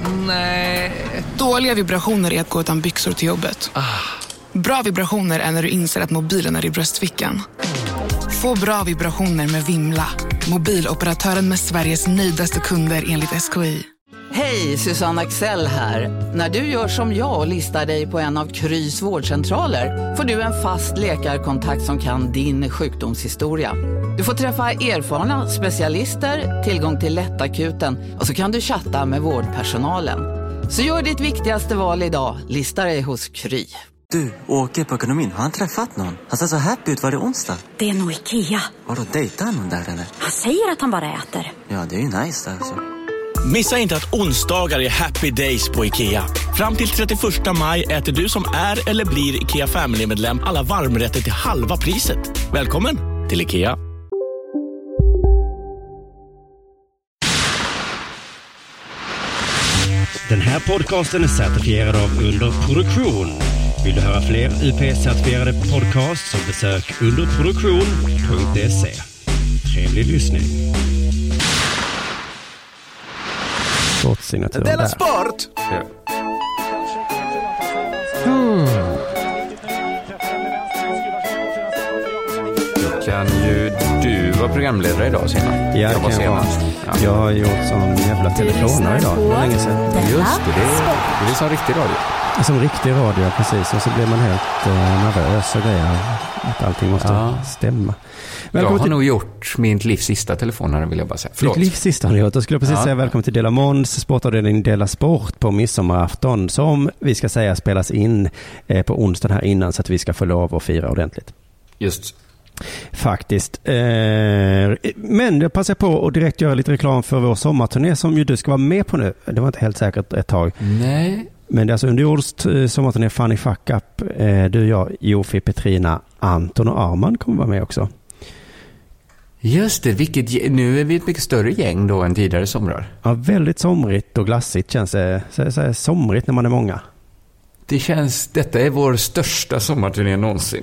Nej. Dåliga vibrationer är att gå utan byxor till jobbet. Bra vibrationer är när du inser att mobilen är i bröstfickan. Få bra vibrationer med Vimla. Mobiloperatören med Sveriges nöjdaste kunder enligt SKI. Hej, Susanne Axel här. När du gör som jag och listar dig på en av Krys vårdcentraler får du en fast läkarkontakt som kan din sjukdomshistoria. Du får träffa erfarna specialister, tillgång till lättakuten och så kan du chatta med vårdpersonalen. Så gör ditt viktigaste val idag, listar dig hos Kry. Du, åker på ekonomin. Har han träffat någon? Han ser så happy ut. Var det onsdag? Det är nog Ikea. Har du dejtat någon där eller? Han säger att han bara äter. Ja, det är ju nice där alltså. Missa inte att onsdagar är happy days på Ikea. Fram till 31 maj äter du som är eller blir Ikea Family-medlem alla varmrätter till halva priset. Välkommen till Ikea. Den här podcasten är certifierad av Underproduktion. Vill du höra fler UP-certifierade podcasts så besök underproduktion.se. Trevlig lyssning. Sportsignatur Della där. Sport! Då kan ju du vara programledare idag, Sina. Ja, det kan jag vara. Jag har gjort som jävla telefoner idag. Det var länge sedan. Just det är som riktig radio. Som riktig radio, precis. Och så blir man helt nervös och grejer. Att allting måste stämma. Välkommen jag har nog gjort mitt livs sista telefonare, vill jag bara säga. Förlåt. Ditt livs sista har gjort. Då skulle jag precis säga välkommen till Dela Måns sportavdelning Dela Sport på midsommarafton. Som vi ska säga spelas in på onsdagen här innan så att vi ska få lov att fira ordentligt. Just faktiskt. Men jag passar på att direkt göra lite reklam för vår sommarturné som ju du ska vara med på nu. Det var inte helt säkert ett tag. Nej. Men det är alltså underjordskt sommarturné Funny Fuck Up. Du, jag, Jofi, Petrina, Anton och Arman kommer vara med också. Just det, nu är vi ett mycket större gäng då än tidigare somrar. Ja, väldigt somrigt och glassigt känns det. Så somrigt när man är många. Detta är vår största sommarturné någonsin.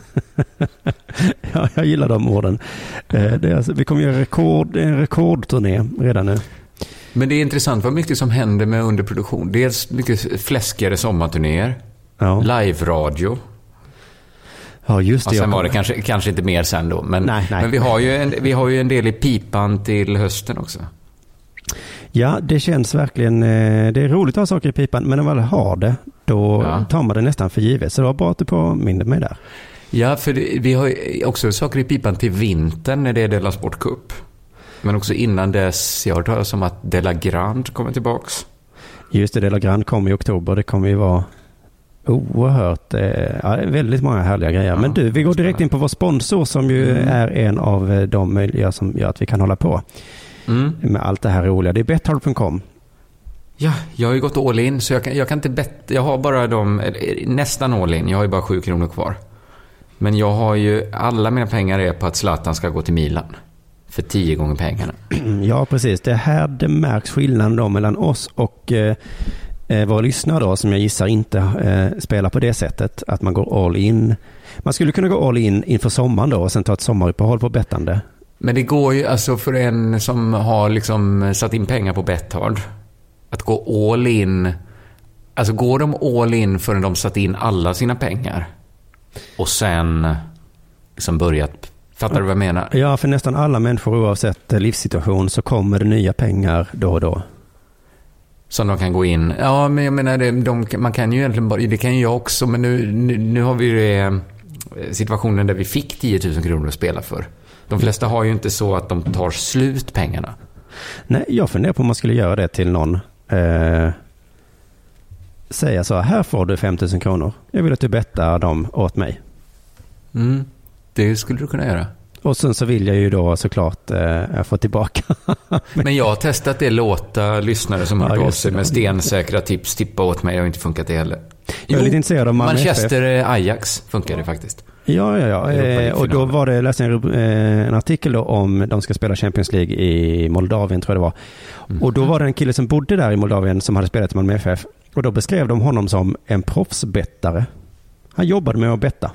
Ja, jag gillar de orden. Vi kommer göra en rekordturné redan nu. Men det är intressant vad mycket som händer med underproduktion. Dels mycket fläskigare sommarturnéer. Ja. Live-radio. Ja, just det. Och sen var det kanske inte mer sen då. Men, nej. Men vi har ju en del i pipan till hösten också. Ja, det känns verkligen... Det är roligt att ha saker i pipan. Men när man har det, då tar man det nästan för givet. Så det var bra att du påminner mig där. Ja, för vi har också saker i pipan till vintern när det är Della Sport Cup. Men också innan dess, jag har hört som att Della Grand kommer tillbaks. Just det, Della Grand kommer i oktober. Det kommer ju vara oerhört, väldigt många härliga grejer. Ja, men du, vi går direkt in på vår sponsor som ju är en av de möjliga som gör att vi kan hålla på med allt det här roliga. Det är betthard.com. Ja, jag har ju gått all in så jag kan inte betta. Jag har bara nästan all in. Jag har ju bara 7 kronor kvar. Men jag har ju, alla mina pengar är på att Zlatan ska gå till Milan. För 10 gånger pengarna. Ja, precis. Det här det märks skillnaden då mellan oss och våra lyssnare då, som jag gissar inte spelar på det sättet. Att man går all in. Man skulle kunna gå all in inför sommaren då och sen ta ett sommaruppehåll på bettande. Men det går ju alltså för en som har liksom satt in pengar på Betthard att gå all in. Alltså går de all in förrän de satt in alla sina pengar och sen liksom börjat. Fattar du vad jag menar? Ja, för nästan alla människor oavsett livssituation så kommer det nya pengar då och då. Som de kan gå in. Ja, men jag menar, man kan ju egentligen bara, det kan ju jag också, men nu har vi ju situationen där vi fick 10 000 kronor att spela för. De flesta har ju inte så att de tar slut pengarna. Nej, jag funderar på om man skulle göra det till någon. Säga så, här får du 5 000 kronor. Jag vill att du bettar dem åt mig. Det skulle du kunna göra. Och sen så vill jag ju då såklart få tillbaka. Men jag har testat det, låta lyssnare som har gått sig med stensäkra tips tippa åt mig och inte funkat det heller. Jag är lite intresserad av Manchester Ajax funkar det faktiskt. Ja. Och då var det, läste en artikel då om de ska spela Champions League i Moldavien, tror jag det var. Och då var det en kille som bodde där i Moldavien som hade spelat i Malmö FF. Och då beskrev de honom som en proffsbettare. Han jobbade med att betta.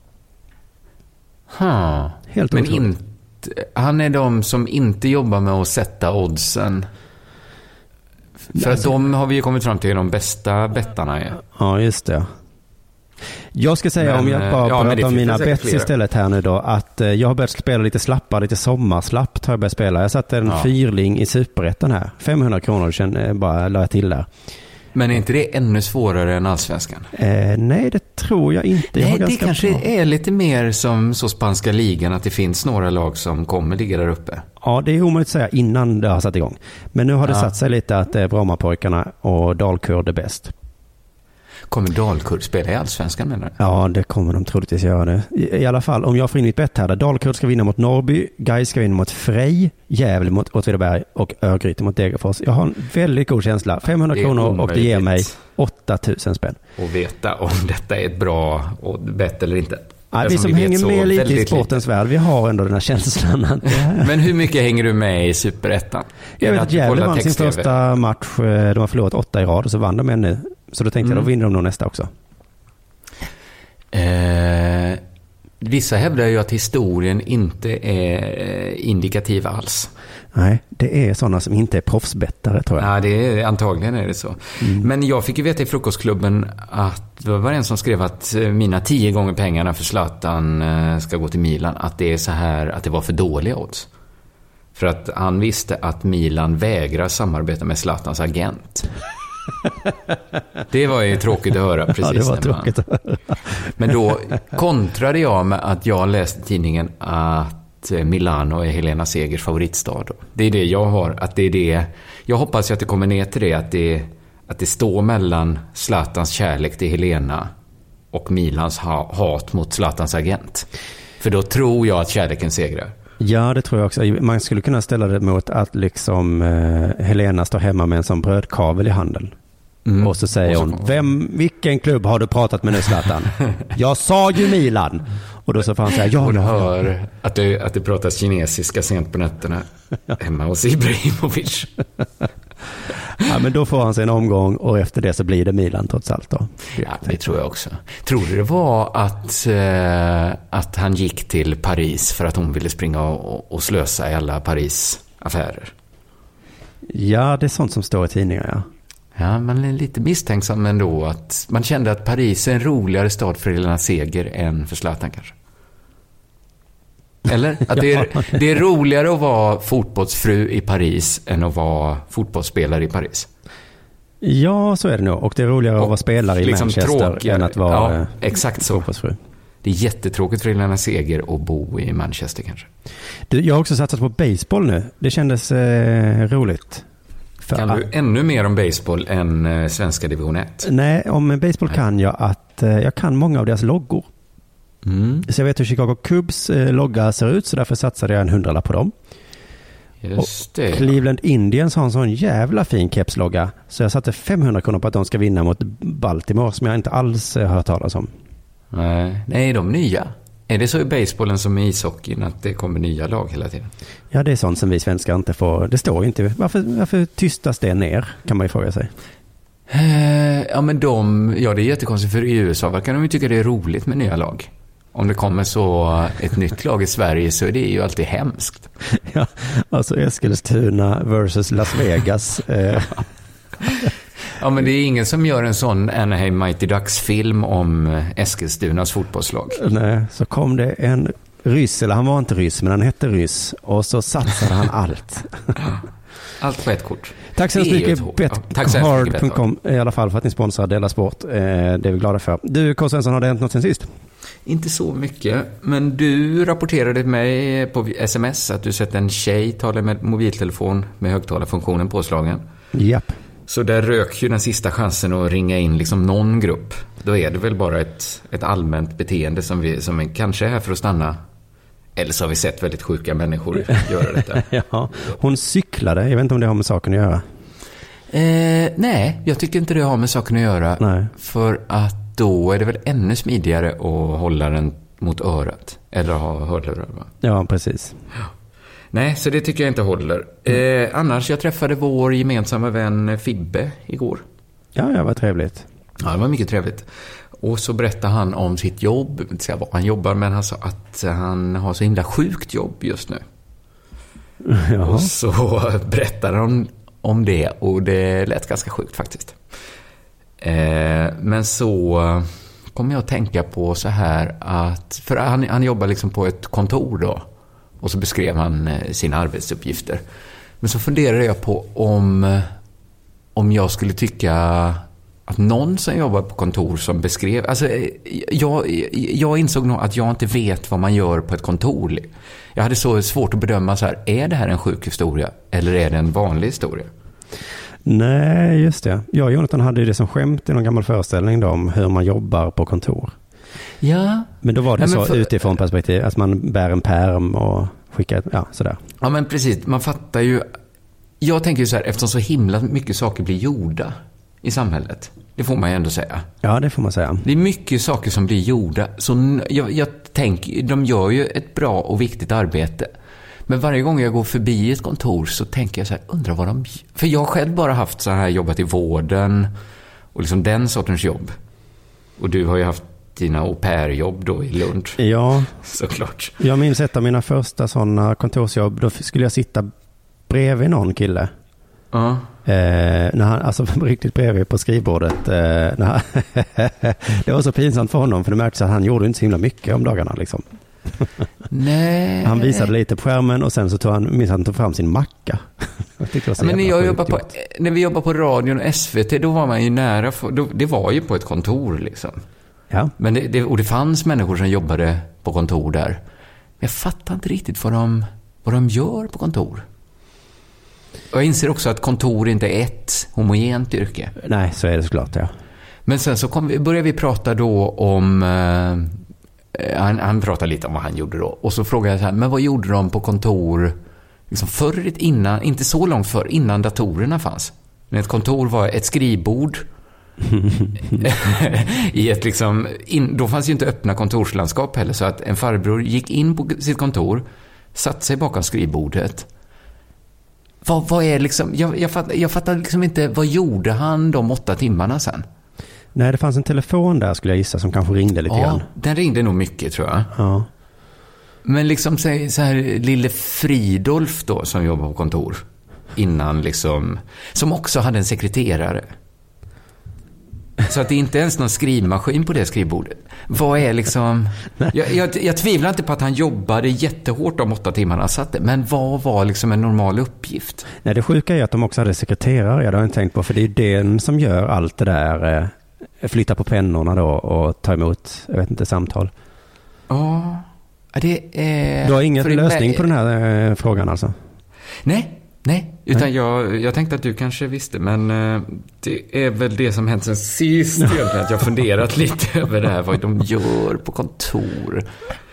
Helt men otroligt. Han är de som inte jobbar med att sätta oddsen För att de har vi ju kommit fram till de bästa bettarna. Ja, just det. Jag ska säga, om jag bara pratar om mina bets istället här nu då, att jag har börjat spela lite slappar, lite sommarslappt har jag börjat spela. Jag satte en fyrling i Superettan här. 500 kronor bara la jag till där. Men är inte det ännu svårare än allsvenskan? Nej, det tror jag inte. Nej, det kanske är lite mer som så spanska ligan, att det finns några lag som kommer ligga där uppe. Ja, det är omöjligt att säga innan det har satt igång. Men nu har det satt sig lite att Brommapojkarna och Dalkurd är bäst. Kommer Dalkurd spela i allsvenskan, menar du? Ja, det kommer de troligtvis göra det. I alla fall, om jag får in mitt bett här, där Dalkurd ska vinna mot Norrby, Gais ska vinna mot Frej, Gävle mot Åtvidaberg och Örgryte mot Degerfors. Jag har en väldigt god känsla. 500 kronor och det ger mig 8000 spänn. Och veta om detta är ett bra bett eller inte. Ja, vi som hänger med lite i sportens värld, vi har ändå den här känslan. Men hur mycket hänger du med i Superettan? Jag vet att Gävle vann sin första match. De har förlorat 8 i rad och så vann de ännu. Så då tänkte jag, då vinner de nog nästa också. Vissa hävdar ju att historien inte är indikativ alls. Nej, det är sådana som inte är proffsbettare, tror jag. Ja, antagligen är det så. Men jag fick ju veta i frukostklubben att det var en som skrev att mina 10 gånger pengarna för Zlatan ska gå till Milan, att det är så här, att det var för dåliga odds. För att han visste att Milan vägrar samarbeta med Zlatans agent. Det var ju tråkigt att höra precis. Ja, det var tråkigt att höra. Men då kontrade jag med att jag läste i tidningen att Milano är Helena Segers favoritstad. Det är det jag har, att det är det. Jag hoppas att det kommer ner till det, att det står mellan Zlatans kärlek till Helena och Milans hat mot Zlatans agent. För då tror jag att kärleken segrar. Ja, det tror jag också. Man skulle kunna ställa det mot att liksom Helena står hemma med en sån brödkavel i handen. Och så säger hon, vilken klubb har du pratat med nu, Zlatan? Jag sa ju Milan. Och då så får han säga, hon hör att det pratas kinesiska sent på nätterna hemma hos Ibrahimovic. Ja, men då får han sig en omgång och efter det så blir det Milan trots allt då. Ja, det tror jag också. Tror du det var att han gick till Paris för att hon ville springa och slösa i alla Paris affärer? Ja, det är sånt som står i tidningar, ja. Ja, man är lite misstänksam ändå, att man kände att Paris är en roligare stad för Helena Seger än för Zlatan kanske. Eller? Att det är roligare att vara fotbollsfru i Paris än att vara fotbollsspelare i Paris. Ja, så är det nog. Och det är roligare att vara spelare i liksom Manchester än att vara exakt så. Fotbollsfru. Det är jättetråkigt för Helena Seger att bo i Manchester kanske. Jag har också satsat på baseball nu. Det kändes roligt. Kan du ännu mer om baseball än svenska division 1? Nej, om baseball kan jag att jag kan många av deras loggor. Så jag vet hur Chicago Cubs logga ser ut, så därför satsade jag en 100 på dem. Just det. Och Cleveland Indians har en sån jävla fin kepslogga, så jag satte 500 kronor på att de ska vinna mot Baltimore, som jag inte alls har hört talas om. Nej, de nya. Är det så i basebollen som i ishockeyn, att det kommer nya lag hela tiden? Ja, det är sånt som vi svenskar inte får. Det står inte. Varför tystas det ner, kan man ju fråga sig. Ja, men det är jättekonstigt, för i USA verkar de ju tycka det är roligt med nya lag. Om det kommer så ett nytt lag i Sverige så är det ju alltid hemskt. Ja, alltså Eskilstuna versus Las Vegas. Ja, men det är ingen som gör en sån Anaheim Mighty Ducks-film om Eskilstunas fotbollslag. Nej, så kom det en ryss, eller han var inte ryss, men han hette ryss. Och så satsade han allt. Allt på ett kort. Tack så mycket, Betcard.com i alla fall, för att ni sponsrar Dela Sport. Det är vi glada för. Du, K. Svensson, har det hänt något sen sist? Inte så mycket, men du rapporterade till mig på sms att du sett en tjej tala med mobiltelefon med högtalarfunktionen påslagen. Japp. Så där rök ju den sista chansen att ringa in liksom någon grupp. Då är det väl bara ett allmänt beteende som kanske är här för att stanna. Eller så har vi sett väldigt sjuka människor göra detta. Ja, hon cyklade. Jag vet inte om det har med saken att göra. Nej, jag tycker inte det har med saken att göra. Nej. För att då är det väl ännu smidigare att hålla den mot örat. Eller ha hörlurar, va? Ja, precis. Nej, så det tycker jag inte håller. Annars, jag träffade vår gemensamma vän Fibbe igår. Ja, vad trevligt. Ja, det var mycket trevligt. Och så berättade han om sitt jobb. Jag vet inte vad han jobbar, men han sa att han har så himla sjukt jobb just nu. Ja. Och så berättade han om det, och det lät ganska sjukt faktiskt. Men så kom jag att tänka på så här att, för han jobbar liksom på ett kontor då, och så beskrev han sina arbetsuppgifter. Men så funderade jag på om jag skulle tycka att någon som jobbar på kontor som beskrev, alltså jag insåg nog att jag inte vet vad man gör på ett kontor. Jag hade så svårt att bedöma så här, är det här en sjuk historia eller är det en vanlig historia? Nej, just det. Jag och Jonathan hade ju det som skämt i någon gammal föreställning då, om hur man jobbar på kontor. Ja. Men då var det utifrån perspektiv, att man bär en pärm och skickar, sådär. Ja, men precis. Man fattar ju. Jag tänker ju så här, eftersom så himla mycket saker blir gjorda i samhället. Det får man ju ändå säga. Ja, det får man säga. Det är mycket saker som blir gjorda. Så jag tänker, de gör ju ett bra och viktigt arbete. Men varje gång jag går förbi ett kontor så tänker jag så här, undrar vad de... För jag har själv bara haft så här, jobbat i vården och liksom den sortens jobb. Och du har ju haft dina au pair-jobb då i Lund. Ja. Såklart. Jag minns ett av mina första sådana kontorsjobb. Då skulle jag sitta bredvid någon kille. Ja. När han, alltså riktigt bredvid på skrivbordet. Det var så pinsamt för honom, för det märktes att han gjorde inte så himla mycket om dagarna liksom. Nej. Han visade lite på skärmen och sen så tog han tog fram sin macka. Men när vi jobbade på radion och SVT, då var man ju nära, det var ju på ett kontor liksom. Ja. Men det fanns människor som jobbade på kontor där. Men jag fattar inte riktigt vad de gör på kontor. Och jag inser också att kontor inte är ett homogent yrke. Nej, så är det såklart, ja. Men sen så började vi prata då om... Han pratade lite om vad han gjorde då. Och så frågade jag så här, men vad gjorde de på kontor liksom innan, inte så långt för, innan datorerna fanns? När ett kontor var ett skrivbord i ett liksom... då fanns ju inte öppna kontorslandskap heller, så att en farbror gick in på sitt kontor, satt sig bakom skrivbordet. Vad är liksom... Jag fattar liksom inte, vad gjorde han de 8 timmarna sen? Nej, det fanns en telefon där, skulle jag gissa, som kanske ringde lite grann. Den ringde nog mycket, tror jag. Ja. Men liksom så här lille Fridolf då, som jobbar på kontor innan liksom, som också hade en sekreterare. Så att det inte ens någon skrivmaskin på det skrivbordet. Vad är liksom... Jag tvivlar inte på att han jobbade jättehårt de 8 timmarna satt, men vad var liksom en normal uppgift? Nej, det sjuka är att de också hade sekreterare, jag har inte tänkt på, för det är den som gör allt det där, flytta på pennorna då och ta emot, jag vet inte, samtal. Ja, det är... Du har ingen lösning på den här frågan alltså? Nej, utan jag tänkte att du kanske visste, men det är väl det som hänt sen sist egentligen, att jag funderat lite över det här, vad de gör på kontor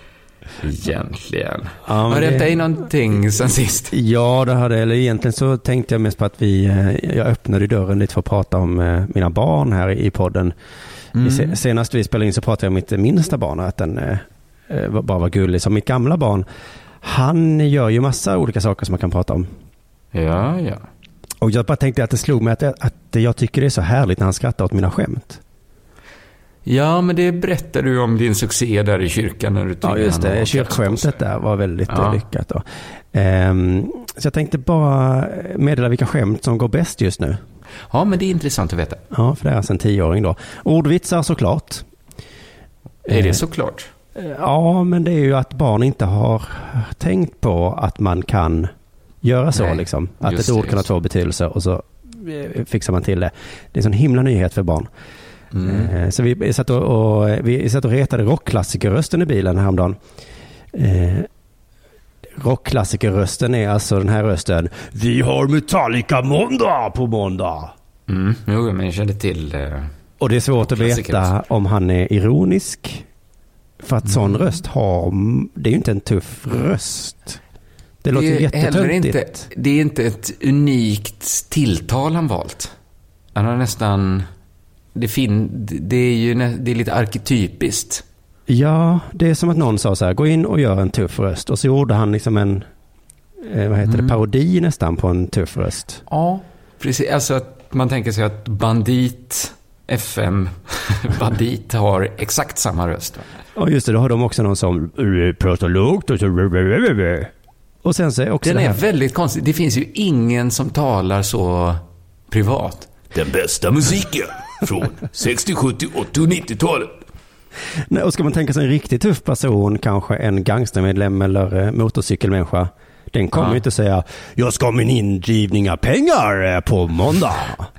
egentligen. Ja, har det dig någonting sen sist? Ja, det hade, eller egentligen så tänkte jag mest på att jag öppnade dörren lite för att prata om mina barn här i podden. Senast vi spelade in så pratade jag om mitt minsta barn, att den bara var gullig. Som mitt gamla barn, han gör ju massa olika saker som man kan prata om. Ja. Och jag bara tänkte att det slog mig att jag tycker det är så härligt när han skrattar åt mina skämt. Ja, men det berättar du om din succé där i kyrkan. När du ja, just det. Kyrkskämtet där var väldigt lyckat då. Så jag tänkte bara meddela vilka skämt som går bäst just nu. Ja, men det är intressant att veta. Ja, för det är alltså en 10-åring då. Ordvitsar såklart. Är det såklart? Ja, men det är ju att barn inte har tänkt på att man kan göra så. Nej, liksom. Att ett ord kan ha 2 betydelser och så fixar man till det. Det är en sån himla nyhet för barn. Så vi satt och retade rockklassikerrösten i bilen häromdagen. Rockklassikerrösten är alltså den här rösten: vi har Metallica måndag på måndag. Jo, men jag kände till och det är svårt att veta om han är ironisk, för att sån röst det är ju inte en tuff röst. Det låter jättetöntigt. Det är inte ett unikt tilltal han valt. Han har nästan... Det är lite arketypiskt. Ja, det är som att någon sa så här: gå in och gör en tuff röst. Och så gjorde han liksom en parodi nästan på en tuff röst. Ja, precis. Alltså att man tänker sig att Bandit har exakt samma röst. Ja, just det. Då har de också någon som pratar lågt och så... Och sen så är också den är väldigt konstig. Det finns ju ingen som talar så privat. Den bästa musiken från 60, 70, 80 och 90-talet. Nej, och ska man tänka sig en riktigt tuff person, kanske en gangstermedlem eller motorcykelmänniska, den kommer ju inte säga jag ska ha min indrivning av pengar på måndag.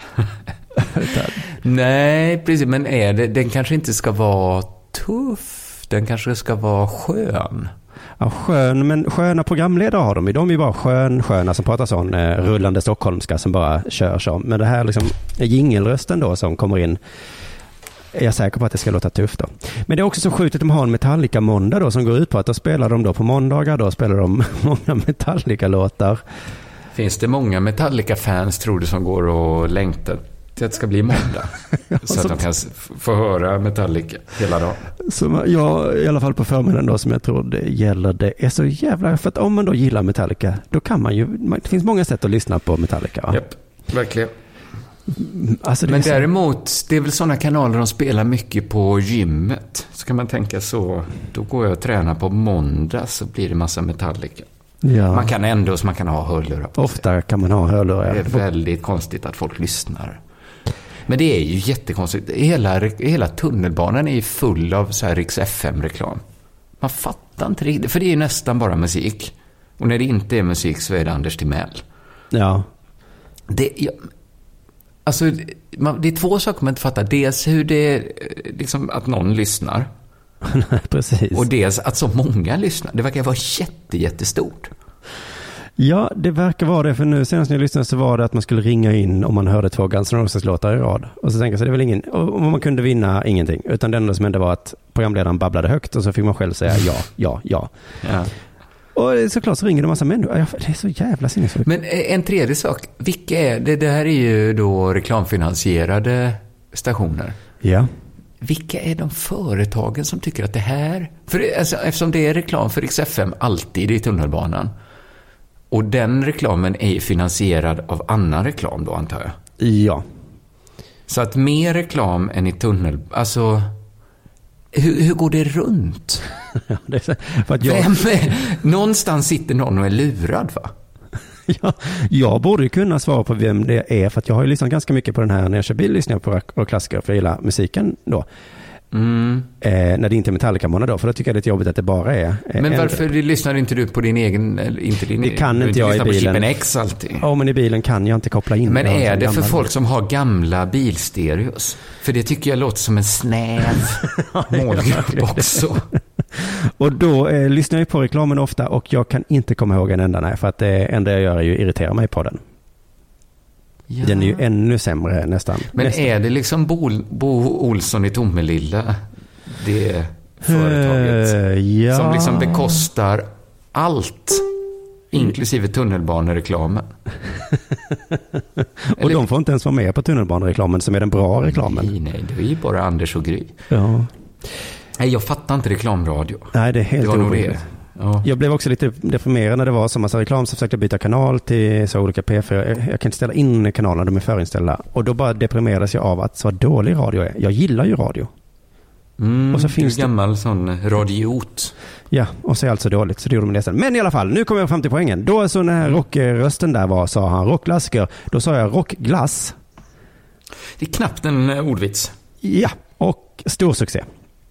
Nej, precis. Men den kanske inte ska vara tuff. Den kanske ska vara skön. Ja, skön, men sköna programledare har de ju. De är ju bara sköna som pratar sån rullande stockholmska som bara kör så. Men det här liksom jingelrösten då som kommer in, är jag säker på att det ska låta tufft då. Men det är också så sjukt att de har en Metallica-måndag då som går ut på att då spelar de då på måndagar, då spelar de många Metallica-låtar. Finns det många Metallica-fans tror du som går och längtar till att det ska bli måndag? Så att de kan få höra Metallica hela dagen. Så jag, i alla fall på förmiddagen då, som jag tror det gäller, det är så jävla, för att om man då gillar Metallica, då kan man ju, det finns många sätt att lyssna på Metallica. Japp, verkligen. Alltså men däremot, det är väl sådana kanaler de spelar mycket på gymmet. Så kan man tänka så, då går jag och tränar på måndag så blir det massa Metallica. Ja. Man kan ändå så man kan ha hörlurar på ofta sig. Kan man ha hörlurar. Det är väldigt konstigt att folk lyssnar. Men det är ju jättekonstigt. Hela tunnelbanan är ju full av så här Rix FM-reklam. Man fattar inte riktigt, för det är ju nästan bara musik. Och när det inte är musik så är det Anders Timell. Ja. Alltså, det är två saker man inte fattar. Dels hur det är liksom att någon lyssnar. Precis. Och dels att så många lyssnar. Det verkar vara jättestort. Ja, det verkar vara det. För nu senast när jag lyssnade så var det att man skulle ringa in om man hörde 2 Guns N' Roses-låtar i rad. Och så tänkte jag så det är väl ingen, och man kunde vinna ingenting. Utan det enda som hände var att programledaren babblade högt och så fick man själv säga ja. Och såklart så ringer det en massa människor. Det är så jävla sinnessjukt. Men en tredje sak. Vilka är det? Det här är ju då reklamfinansierade stationer. Ja. Vilka är de företagen som tycker att det här... För alltså, eftersom det är reklam för Rix FM alltid i tunnelbanan. Och den reklamen är finansierad av annan reklam då, antar jag. Ja. Så att mer reklam än i tunnel... Alltså... Hur går det runt? Ja, det är för att någonstans sitter någon och är lurad, va? Ja, jag borde ju kunna svara på vem det är, för att jag har ju lyssnat ganska mycket på den här när jag kör bil, lyssnar jag på klassiker för hela musiken då. När det inte är Metallica-månad då, för då tycker jag det är jobbigt att det bara är... Men varför lyssnar inte du på din egen... det kan inte jag i bilen. På X alltid. Ja, men i bilen kan jag inte koppla in. Men är det för folk som har gamla bilstereos? För det tycker jag låter som en snäv målgrupp också. Och då lyssnar jag på reklamen ofta och jag kan inte komma ihåg en enda, för att det enda jag gör är ju irritera mig på den. Ja. Den är ju ännu sämre nästan. Men är det liksom Bo Olsson i Tomelilla, det företaget som liksom bekostar allt, inklusive tunnelbanereklamen? Och de får inte ens vara med på tunnelbanereklamen som är den bra reklamen. Nej, det är ju bara Anders och Gry. Ja. Nej, jag fattar inte reklamradio. Nej, det är helt orimligt. Ja. Jag blev också lite deprimerad när det var så massa reklam, så försökte jag byta kanal till så olika P4. Jag kan inte ställa in kanalerna, de är förinställda. Och då bara deprimerades jag av att så dålig radio är. Jag gillar ju radio. Och så finns det gammal sån radiot. Ja, och så är allt så dåligt, så det gjorde man nästan. Men i alla fall, nu kommer jag fram till poängen. Då så när rockrösten där var, sa han rockklassiker. Då sa jag rockglass. Det är knappt en ordvits. Ja, och stor succé.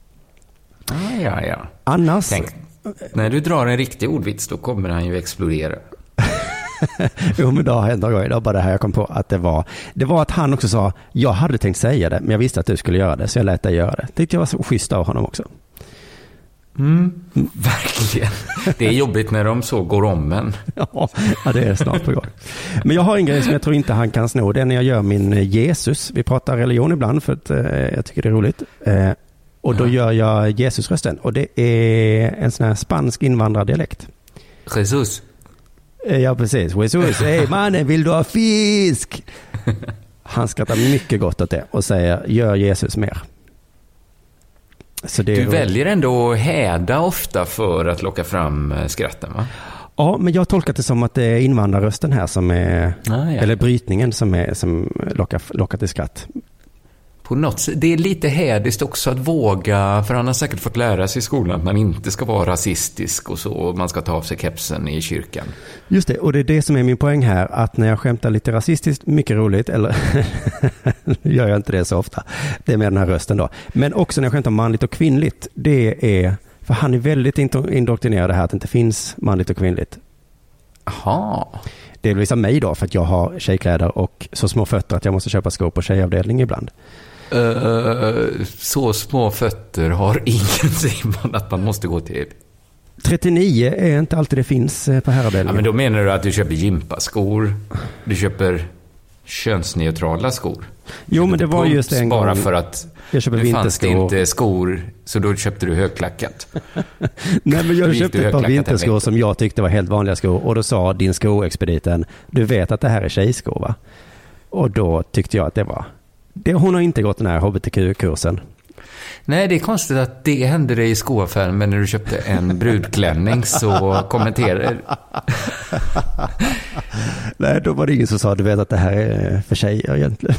Ja. Annars... Tänk, när du drar en riktig ordvits, då kommer han ju explodera. Jo, men då har jag gånger. Det var bara det här jag kom på att det var att han också sa, jag hade tänkt säga det, men jag visste att du skulle göra det, så jag lät dig göra det. Det tyckte jag var så schysst av honom också. Verkligen. Det är jobbigt när de så går om en. Ja, det är snart på gång. Men jag har en grej som jag tror inte han kan sno. Det är när jag gör min Jesus. Vi pratar religion ibland för att jag tycker det är roligt. Och då gör jag Jesus-rösten. Och det är en sån här spansk invandrardialekt. Jesus. Ja, precis. Jesus. Hej mannen, vill du ha fisk? Han skrattar mycket gott åt det och säger, gör Jesus mer. Så det du väljer ändå häda ofta för att locka fram skratten, va? Ja, men jag har tolkat det som att det är invandrarrösten här som är, eller brytningen som lockar till skratt. på något sätt, det är lite hädiskt också att våga, för han har säkert fått lära sig i skolan att man inte ska vara rasistisk och så, och man ska ta av sig kepsen i kyrkan. Just det, och det är det som är min poäng här, att när jag skämtar lite rasistiskt, mycket roligt, eller gör jag inte det så ofta, det är med den här rösten då, men också när jag skämtar manligt och kvinnligt, det är, för han är väldigt indoktrinerad här att det inte finns manligt och kvinnligt. Aha. Delvis av mig då, för att jag har tjejkläder och så små fötter att jag måste köpa skor på tjejavdelning ibland. Så små fötter har ingen, säger man, att man måste gå till 39 är inte alltid det finns på herravdelningen. Ja, men då menar du att du köper gympaskor, du köper könsneutrala skor. Jo, men det var just en gång. Bara för att jag köper det fanns inte skor, så då köpte du högklackat. Nej, men jag köpte ett par vinterskor som jag tyckte var helt vanliga skor. Och då sa din skoexpediten, du vet att det här är tjejskor, va? Och då tyckte jag att det var... hon har inte gått den här HBTQ-kursen. Nej, det är konstigt att det hände dig i skoaffären, men när du köpte en brudklänning så kommenterade... Nej, då var det ingen som sa, du vet att det här är för tjejer egentligen.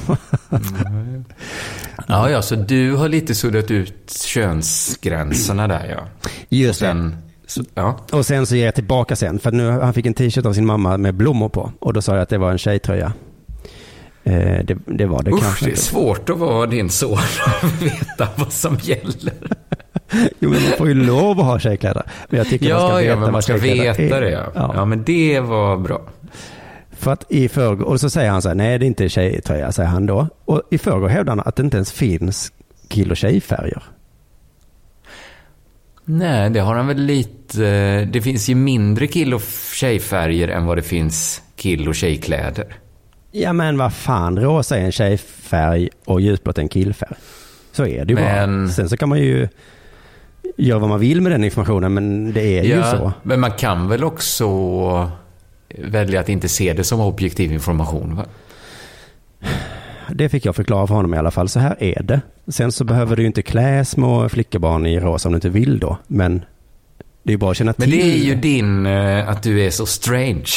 Ja, så du har lite suddat ut könsgränserna där, ja. Just det. Ja. Och sen så ger jag tillbaka sen, för nu han fick en t-shirt av sin mamma med blommor på, och då sa jag att det var en tjejtröja. Det var det. Kanske det är svårt att vara din son och veta vad som gäller. Jo, men man får ju lov att ha tjejkläder. Men jag tycker man ska veta det. Ja, men det var bra. För att i förrgår, och så säger han så här, nej det är inte tjejtröja, säger han då. Och i förrgår hävdar han att det inte ens finns kill- och tjejfärger. Nej, det har han väl lite... Det finns ju mindre kill- och tjejfärger än vad det finns kill- och tjejkläder. Ja, men vad fan, rosa är en tjejfärg och ljusblått är en killfärg. Så är det ju bara. Sen så kan man ju göra vad man vill med den informationen, men det är ju så. Men man kan väl också välja att inte se det som objektiv information, va? Det fick jag förklara för honom i alla fall. Så här är det. Sen så behöver du ju inte klä små flickebarn i rosa om du inte vill då. Men det är ju bara att känna till. Men det är ju din, att du är så strange.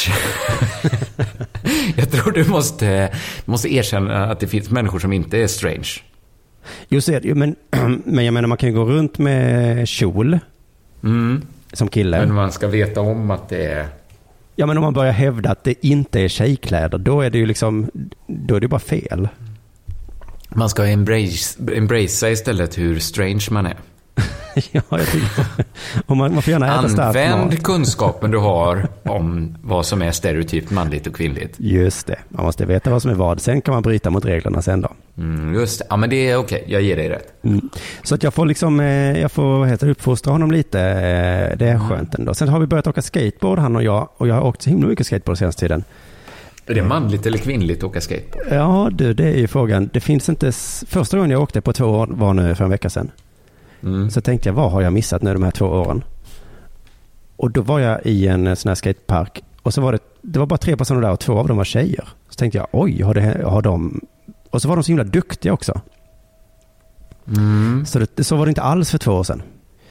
Jag tror du måste erkänna att det finns människor som inte är strange. Just det, men jag menar man kan ju gå runt med kjol som kille. Men man ska veta om att det är... Ja, men om man börjar hävda att det inte är tjejkläder, då är det ju liksom, då är det bara fel. Man ska embracea istället hur strange man är. Ja, jag tycker. Och man får gärna äta starkt mat. Använd kunskapen du har om vad som är stereotypt manligt och kvinnligt. Just det. Man måste veta vad som är vad. Sen kan man bryta mot reglerna sen då. Just det. Ja, men det är okej. Jag ger dig rätt. Så att jag får liksom, uppfostra honom lite. Det är skönt ändå. Sen har vi börjat åka skateboard, han och jag. Och jag har åkt så himla mycket skateboard senaste tiden. Är det manligt eller kvinnligt att åka skateboard? Ja, det är ju frågan. Det finns inte... Första gången jag åkte på 2 år var nu för en vecka sedan. Så tänkte jag, vad har jag missat nu de här 2 åren? Och då var jag i en sån här skatepark. Och så var det var bara 3 personer där och 2 av dem var tjejer. Så tänkte jag, oj, har de... Och så var de så himla duktiga också. Så var det inte alls för 2 år sedan.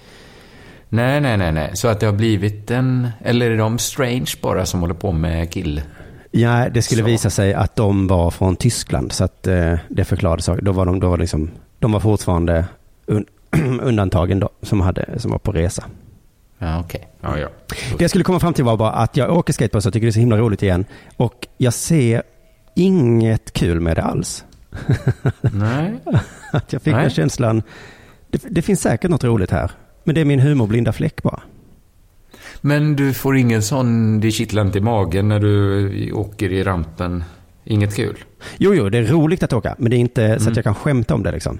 Nej. Så att det har blivit eller är de strange bara som håller på med kill? Ja, det skulle visa sig att de var från Tyskland. Så att det förklarade saker. De var fortfarande undantagen då, som var på resa. Ja, okej. Ja. Det jag skulle komma fram till var bara att jag åker skateboard så jag tycker det är så himla roligt igen. Och jag ser inget kul med det alls. Nej. Att jag fick den känslan. Det finns säkert något roligt här. Men det är min humorblinda fläck bara. Men du får ingen sån, det kittlar inte i magen när du åker i rampen. Inget kul? Jo, det är roligt att åka. Men det är inte så att jag kan skämta om det liksom.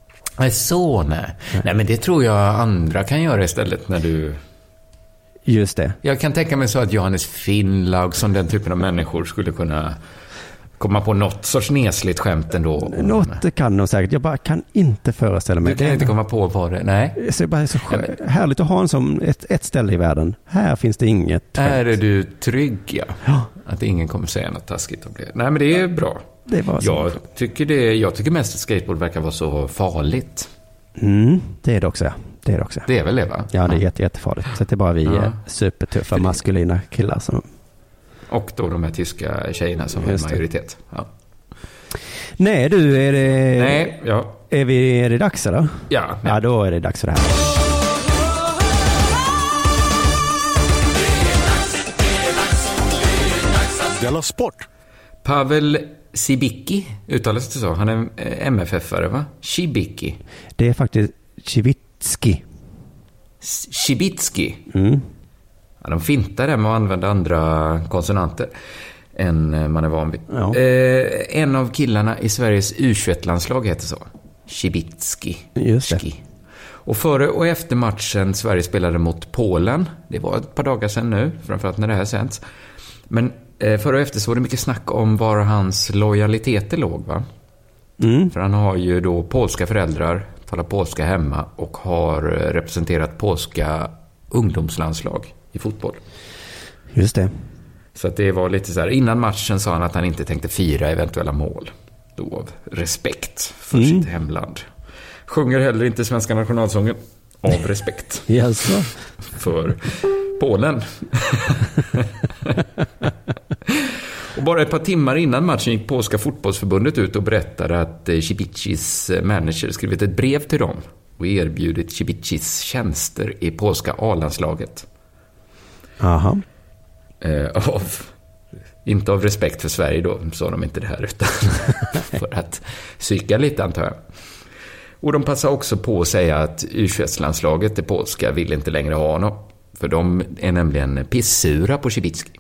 Nej, men det tror jag andra kan göra istället när du... Just det. Jag kan tänka mig så att Johannes Finnlaug som den typen av människor skulle kunna komma på något sorts nesligt skämt ändå. Något kan de säkert. Jag bara kan inte föreställa mig. Du kan inte komma på vad det... Nej. Så det är bara så härligt att ha en som ett ställe i världen. Här finns det inget skämt. Här är du trygg, ja. Att ingen kommer säga något taskigt om det. Nej, men det är bra. Det var jag tycker mest att skateboard verkar vara så farligt. Det är det också, ja. Det är väl det, va? Ja, det är jättefarligt. Så det är bara vi supertuffa, maskulina killar som... Och då de här tyska tjejerna som är majoritet. Ja. Nej du, är det... Nej, ja. Är det dags eller? Ja. Ja, då är det dags för det här. Della Sport. Pavel Cibicki, uttalas det så? Han är MFF-are, va? Cibicki. Det är faktiskt Cibicki. Cibicki? Ja, de fintar där med att använda andra konsonanter än man är van vid. Ja. En av killarna i Sveriges U21-landslag heter så. Cibicki. Just det. Och före och efter matchen Sverige spelade mot Polen, det var ett par dagar sedan nu, framförallt när det här sänds. Men före och efter så var det mycket snack om var hans lojaliteter låg, va? För han har ju då polska föräldrar, talar polska hemma och har representerat polska ungdomslandslag i fotboll. Just det. Så att det var lite så här, innan matchen sa han att han inte tänkte fira eventuella mål. Då av respekt för sitt hemland. Sjunger heller inte svenska nationalsången av respekt för Polen. Och bara ett par timmar innan matchen gick polska fotbollsförbundet ut och berättade att Cibicis manager skrivit ett brev till dem och erbjudit Cibicis tjänster i polska A-landslaget. Aha. Inte av respekt för Sverige då, sa de inte det här, utan för att psyka lite, antar jag. Och de passar också på att säga att U21-landslaget, det polska, vill inte längre ha honom. För de är nämligen pissura på Cibicki.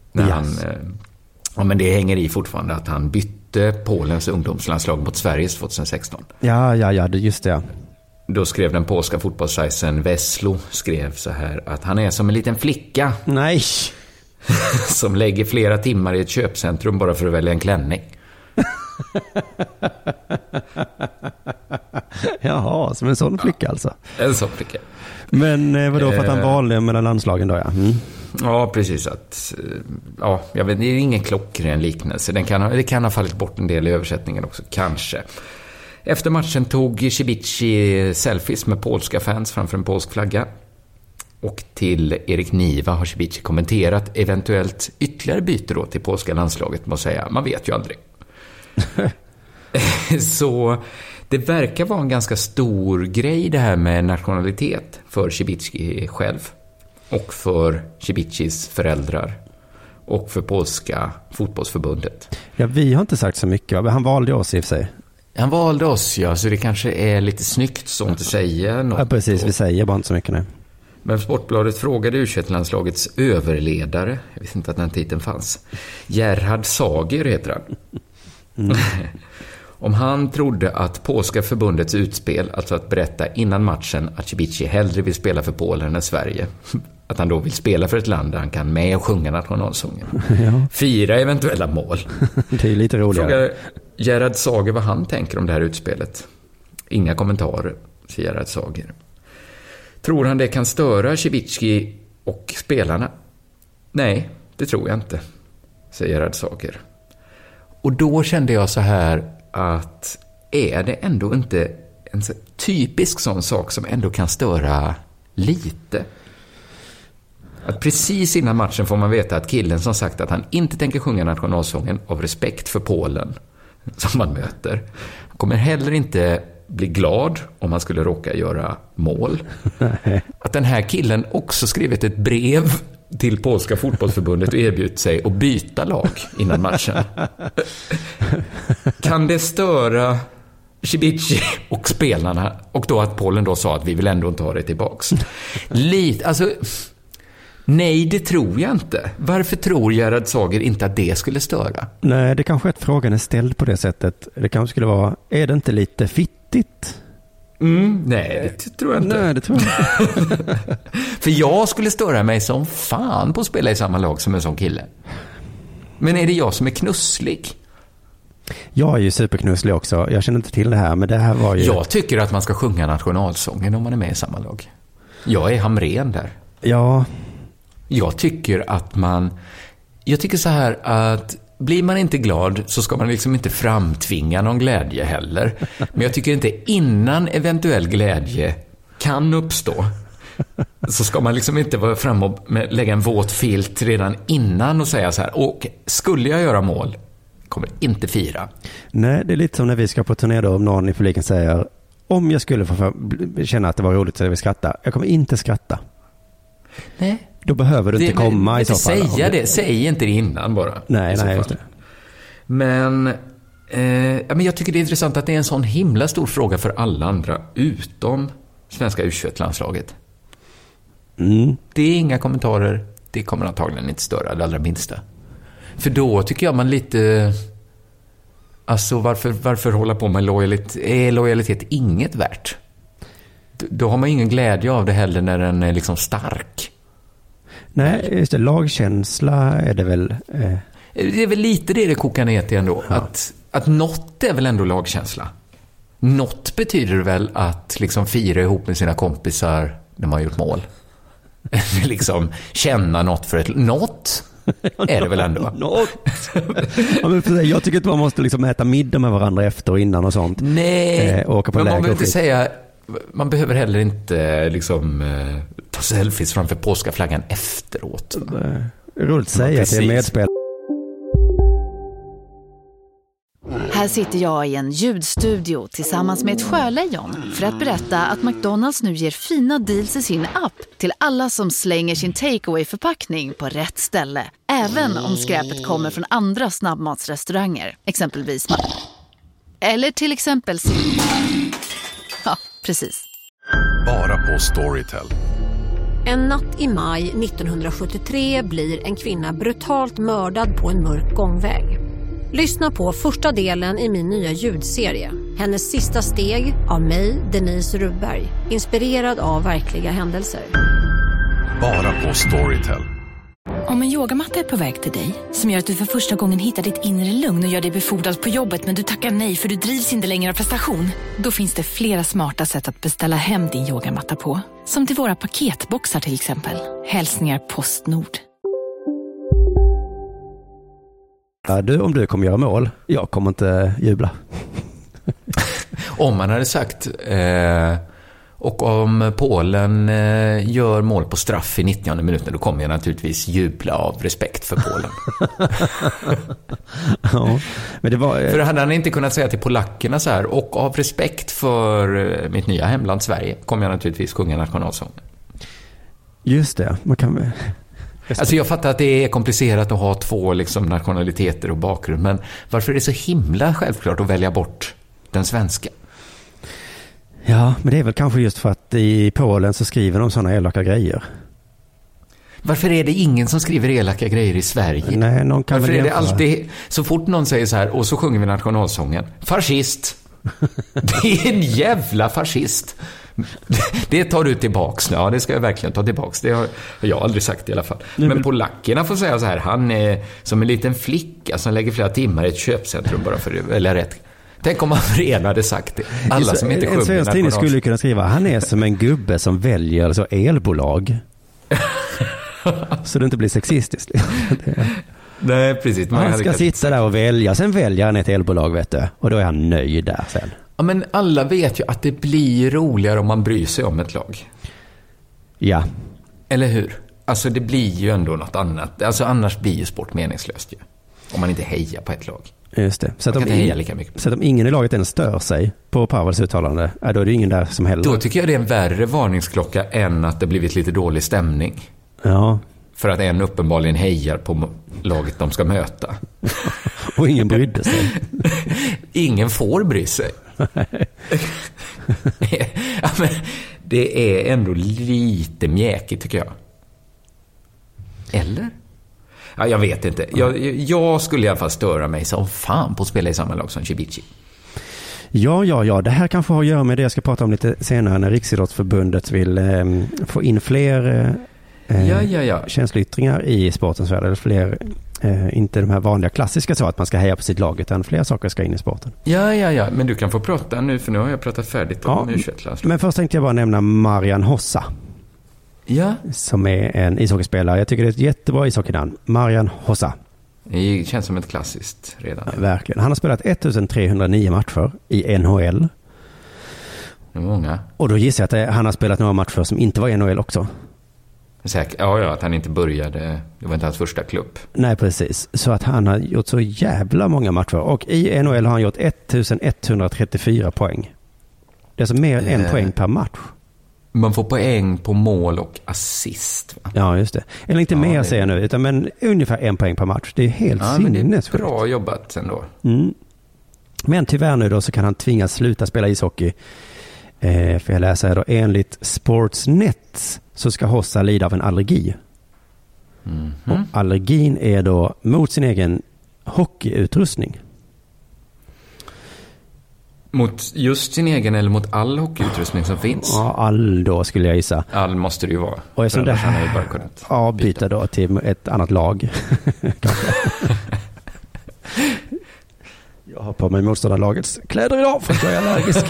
Men det hänger i fortfarande att han bytte Polens ungdomslandslag mot Sveriges 2016. Ja, just det. Då skrev den polska fotbollssajten Veslo, skrev så här att han är som en liten flicka. Nej. Som lägger flera timmar i ett köpcentrum bara för att välja en klänning. Jaha, som en sån flicka alltså. En sån flicka. Men vadå, för att han valde mellan landslagen då, ja? Ja, precis. Jag vet, det är ingen klockren liknelse. Det kan ha fallit bort en del i översättningen också, kanske. Efter matchen tog Cibicki selfies med polska fans framför en polsk flagga. Och till Erik Niva har Cibicki kommenterat eventuellt ytterligare byte då till polska landslaget med att säga, man vet ju aldrig. Så det verkar vara en ganska stor grej det här med nationalitet för Cibicki själv och för Cibicis föräldrar och för polska fotbollsförbundet. Ja, vi har inte sagt så mycket. Han valde oss i och för sig. Han valde oss, ja, så det kanske är lite snyggt sånt att säga något. Ja, precis, vi säger bara inte så mycket nu. Men Sportbladet frågade U21-landslagets överledare, jag visste inte att den titeln fanns, Gerhard Sager heter han. Om han trodde att polska förbundets utspel, alltså att berätta innan matchen att Cibicki hellre vill spela för Polen än Sverige, att han då vill spela för ett land där han kan med och sjunga nationalsången. Ja. Fira eventuella mål. Det är lite roligare. Frågar Gerhard Sager vad han tänker om det här utspelet. Inga kommentarer, säger Gerhard Sager. Tror han det kan störa Cibicki och spelarna? Nej, det tror jag inte, säger Gerhard Sager. Och då kände jag så här att är det ändå inte en så typisk sån sak som ändå kan störa lite? Att precis innan matchen får man veta att killen som sagt att han inte tänker sjunga nationalsången av respekt för Polen som man möter kommer heller inte bli glad om han skulle råka göra mål. Att den här killen också skrivit ett brev till polska fotbollsförbundet och erbjudit sig att byta lag innan matchen. Kan det störa Cibicki och spelarna? Och då att Polen då sa att vi vill ändå inte ha det tillbaks. Nej, det tror jag inte. Varför tror Gerhard Sager inte att det skulle störa? Nej, det kanske är att frågan är ställd på det sättet. Det kanske skulle vara, är det inte lite fittigt? Nej, det tror jag inte. Nej, det tror jag inte. För jag skulle störa mig som fan på att spela i samma lag som en sån kille. Men är det jag som är knusslig? Jag är ju superknusslig också. Jag känner inte till det här, men det här var ju... Jag tycker att man ska sjunga nationalsången om man är med i samma lag. Jag är Hamrén där. Ja. Jag tycker så här att blir man inte glad så ska man liksom inte framtvinga någon glädje heller. Men jag tycker inte innan eventuell glädje kan uppstå så ska man liksom inte vara fram och lägga en våt filt redan innan och säga så här, och skulle jag göra mål Kommer inte fira. Nej, det är lite som när vi ska på turné då, om någon i publiken säger om jag skulle få känna att det var roligt så jag vill skratta. Jag kommer inte skratta. Nej. Då behöver du inte komma i så fall. Säg inte det innan bara. Nej, just det. Men jag tycker det är intressant att det är en sån himla stor fråga för alla andra utom svenska U21-landslaget. Det är inga kommentarer. Det kommer antagligen inte störa det allra minsta. För då tycker jag man lite... Alltså varför hålla på med lojalitet? Är lojalitet inget värt? Då har man ingen glädje av det heller när den är liksom stark. Nej, just det. Lagkänsla är det väl... Det är väl lite det kokar ner till ändå. Ja. Att något är väl ändå lagkänsla. Något betyder väl att liksom fira ihop med sina kompisar när man har gjort mål. Liksom känna något för ett... Något är det väl ändå. Jag tycker inte man måste liksom äta middag med varandra efter och innan och sånt. Nej, åka på men läger man behöver inte säga... Man behöver heller inte liksom ta selfies framför polska flaggan efteråt. Roligt att säga till medspel. Här sitter jag i en ljudstudio tillsammans med ett sjölejon för att berätta att McDonalds nu ger fina deals i sin app till alla som slänger sin takeaway-förpackning på rätt ställe. Även om skräpet kommer från andra snabbmatsrestauranger, exempelvis. Eller till exempel... Ja, precis. Bara på Storytel. En natt i maj 1973 blir en kvinna brutalt mördad på en mörk gångväg. Lyssna på första delen i min nya ljudserie. Hennes sista steg av mig, Denise Rubberg. Inspirerad av verkliga händelser. Bara på Storytel. Om en yogamatta är på väg till dig, som gör att du för första gången hittar ditt inre lugn och gör dig befordrad på jobbet men du tackar nej för du drivs inte längre av prestation. Då finns det flera smarta sätt att beställa hem din yogamatta på. Som till våra paketboxar till exempel. Hälsningar Postnord. Om du kommer göra mål, jag kommer inte jubla. Om man hade sagt och om Polen gör mål på straff i 90:e minuten, då kommer jag naturligtvis jubla av respekt för Polen. Ja, men det var, för hade han inte kunnat säga till polackerna så här, och av respekt för mitt nya hemland Sverige kommer jag naturligtvis sjunga nationalsången. Just det, man kan... Alltså jag fattar att det är komplicerat att ha två liksom nationaliteter och bakgrund, men varför är det så himla självklart att välja bort den svenska? Ja, men det är väl kanske just för att i Polen så skriver de sådana elaka grejer. Varför är det ingen som skriver elaka grejer i Sverige? Nej, någon kan varför väl är det alltid, så fort någon säger så här, och så sjunger vi nationalsången, fascist. Det är en jävla fascist. Det tar du tillbaks. Ja, det ska jag verkligen ta tillbaks. Det har jag aldrig sagt i alla fall. Men polackerna får säga så här, han är som en liten flicka som lägger flera timmar i ett köpcentrum bara för att välja rätt. Tänk om man redan hade sagt det. Alla som inte sjunger. En svensk tidning skulle kunna skriva, han är som en gubbe som väljer alltså elbolag. Så det inte blir sexistiskt. Nej, precis. Han ska sitta där och välja. Sen väljer han ett elbolag, vet du. Och då är han nöjd där sen. Ja, men alla vet ju att det blir roligare om man bryr sig om ett lag. Ja. Eller hur? Alltså det blir ju ändå något annat. Alltså annars blir ju sport meningslöst ju. Om man inte hejar på ett lag. Just det. Så att om ingen i laget än stör sig på Pavels uttalande, då är det ingen där som heller. Då tycker jag det är en värre varningsklocka än att det blivit lite dålig stämning. Ja. För att en uppenbarligen hejar på laget de ska möta. Och ingen brydde sig. Ingen får bry sig. Ja, men det är ändå lite mjäkigt tycker jag. Eller? Ja, jag vet inte. Jag skulle i alla fall störa mig som fan på att spela i samma lag som Ceviche. Ja. Det här kanske har att göra med det jag ska prata om lite senare när Riksidrottsförbundet vill få in fler känsloyttringar i sportens värld. Eller fler, inte de här vanliga klassiska så att man ska heja på sitt lag, utan fler saker ska in i sporten. Ja. Men du kan få prata nu, för nu har jag pratat färdigt om U21. Men först tänkte jag bara nämna Marian Hossa. Ja. Som är en ishockeyspelare. Jag tycker det är ett jättebra ishockeynamn. Marian Hossa. Det känns som ett klassiskt redan. Ja, verkligen. Han har spelat 1309 matcher i NHL. Det är många. Och då gissar jag att han har spelat några matcher som inte var i NHL också. Att han inte började. Det var inte hans första klubb. Nej, precis. Så att han har gjort så jävla många matcher. Och i NHL har han gjort 1134 poäng. Det är alltså mer än en poäng per match. Man får poäng på mål och assist. Va? Ja, just det. Eller inte mer säger jag nu, utan men ungefär en poäng per match. Det är helt sinnessjukt. Bra jobbat ändå. Men tyvärr nu då så kan han tvingas sluta spela ishockey. För jag läser här då, enligt Sportsnet så ska Hossa lida av en allergi. Och allergin är då mot sin egen hockeyutrustning. Mot just sin egen eller mot all hockeyutrustning som finns? Ja, all då skulle jag gissa. All måste det ju vara. Och eftersom det här bara kunnat byta då till ett annat lag. Jag har på mig motståndarlagets kläder idag för att jag är allergisk.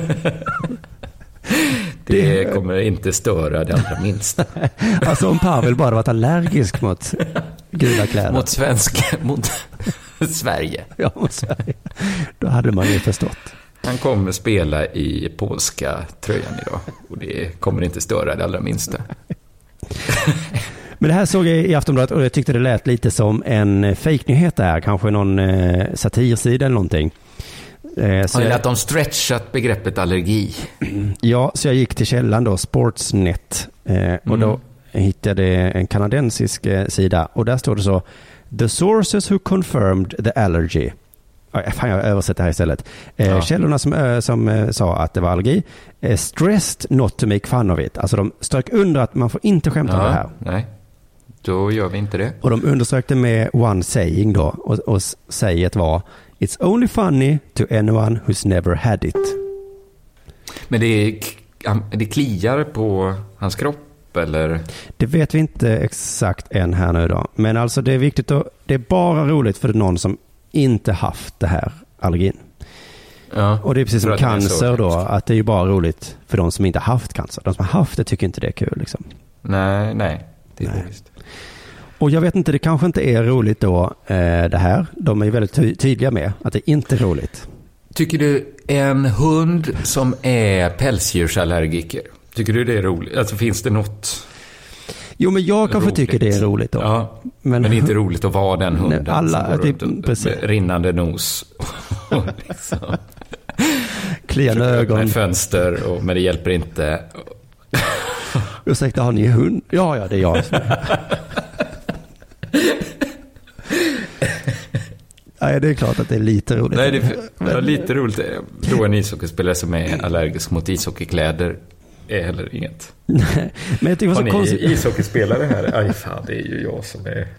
Det kommer inte störa det allra minsta. Alltså om Pavel bara varit allergisk mot gula kläder. Mot Sverige. Ja, mot Sverige. Då hade man ju förstått. Han kommer spela i polska tröjan idag. Och det kommer inte störa det allra minsta. Men det här såg jag i Aftonbladet och jag tyckte det lät lite som en fake-nyhet där. Kanske någon satirsida eller någonting. Så att de stretchat begreppet allergi. Ja, så jag gick till källan då, Sportsnet. Och då hittade jag en kanadensisk sida. Och där står det så: The sources who confirmed the allergy. Fan, jag översätter här istället. Källorna som sa att det var allergi stressed not to make fun of it. Alltså de strök under att man får inte skämta om det här. Nej, då gör vi inte det. Och de undersökte med one saying då. Och säget var: It's only funny to anyone who's never had it. Men det kliar på hans kropp, eller? Det vet vi inte exakt än här nu då. Men alltså det är viktigt och det är bara roligt för någon som inte haft det här allergin. Ja, och det är precis som cancer då, att det är ju bara roligt för de som inte haft cancer. De som har haft det tycker inte det är kul liksom. Nej, det är roligt. Och jag vet inte, det kanske inte är roligt då det här. De är ju väldigt tydliga med att det inte är roligt. Tycker du en hund som är pälsdjursallergiker, tycker du det är roligt? Alltså finns det något? Jo, men jag kanske tycker det är roligt då. Ja, men det är inte roligt att vara den hunden alla, som går rinnande nos. Liksom. Kliande ögon. Med fönster, men det hjälper inte. Ursäkta, har ni hund? Ja, det är jag. Nej, det är klart att det är lite roligt. Nej, det är lite roligt. Då en ishockeyspelare som är allergisk mot ishockeykläder är heller inget. Men jag tycker har ni konstigt ishockeyspelare här? Aj fan, det är ju jag som är...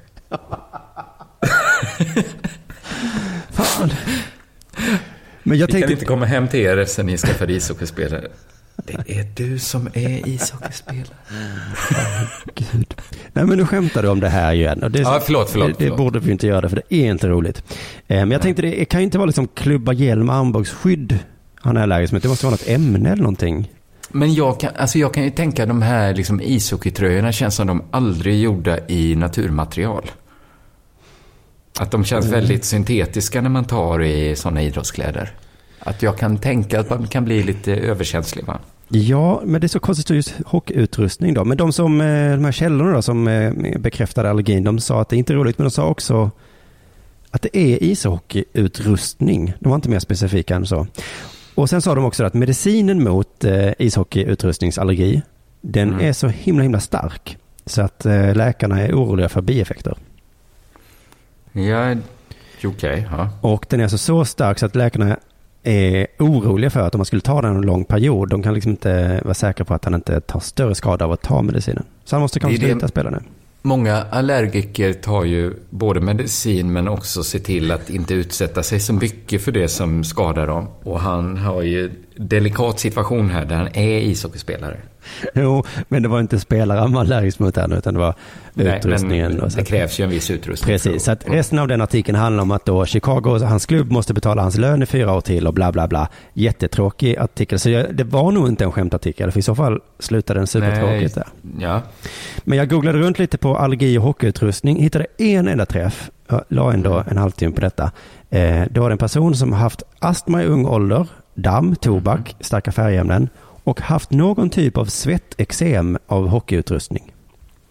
Fan. Men jag kan inte komma hem till er sen ni skaffade ishockeyspelare. Det är du som är ishockeyspelare. Gud. Nej, men nu skämtar du om det här igen. Och det, förlåt. Det borde vi inte göra det, för det är inte roligt. Men jag tänkte, det kan ju inte vara liksom klubba, hjälm, armbågsskydd han är allergisk med. Det måste vara något ämne eller någonting. Men jag kan ju tänka de här liksom ishockeytröjorna känns som de aldrig gjorda i naturmaterial. Att de känns väldigt syntetiska när man tar i sådana idrottskläder. Att jag kan tänka att man kan bli lite överkänslig, va? Ja, men det är så konstigt just hockeyutrustning då. Men de här källorna då som bekräftade allergin, de sa att det inte är roligt, men de sa också att det är ishockeyutrustning. De var inte mer specifika än så. Och sen sa de också att medicinen mot ishockeyutrustningsallergi, den är så himla stark. Så att läkarna är oroliga för bieffekter. Ja, okej. Ja. Och den är så stark så att läkarna är oroliga för att om man skulle ta den en lång period, de kan liksom inte vara säkra på att han inte tar större skada av att ta medicinen. Så han måste kanske sluta spela nu. Många allergiker tar ju både medicin men också se till att inte utsätta sig så mycket för det som skadar dem. Och han har ju delikat situation här där han är ishockeyspelare. Jo, men det var inte spelare han var allergisk mot här, utan det var utrustningen. Men det krävs ju en viss utrustning. Precis, så att resten av den artikeln handlar om att då Chicago, hans klubb, måste betala hans lön i 4 år till och bla bla bla. Jättetråkig artikel. Så det var nog inte en skämtartikel, för i så fall slutade den supertråkigt där. Ja. Men jag googlade runt lite på allergi och hockeyutrustning, hittade en enda träff. Jag la ändå en halvtimme på detta. Då var det en person som haft astma i ung ålder, damm, tobak, starka färgämnen och haft någon typ av svettexem av hockeyutrustning.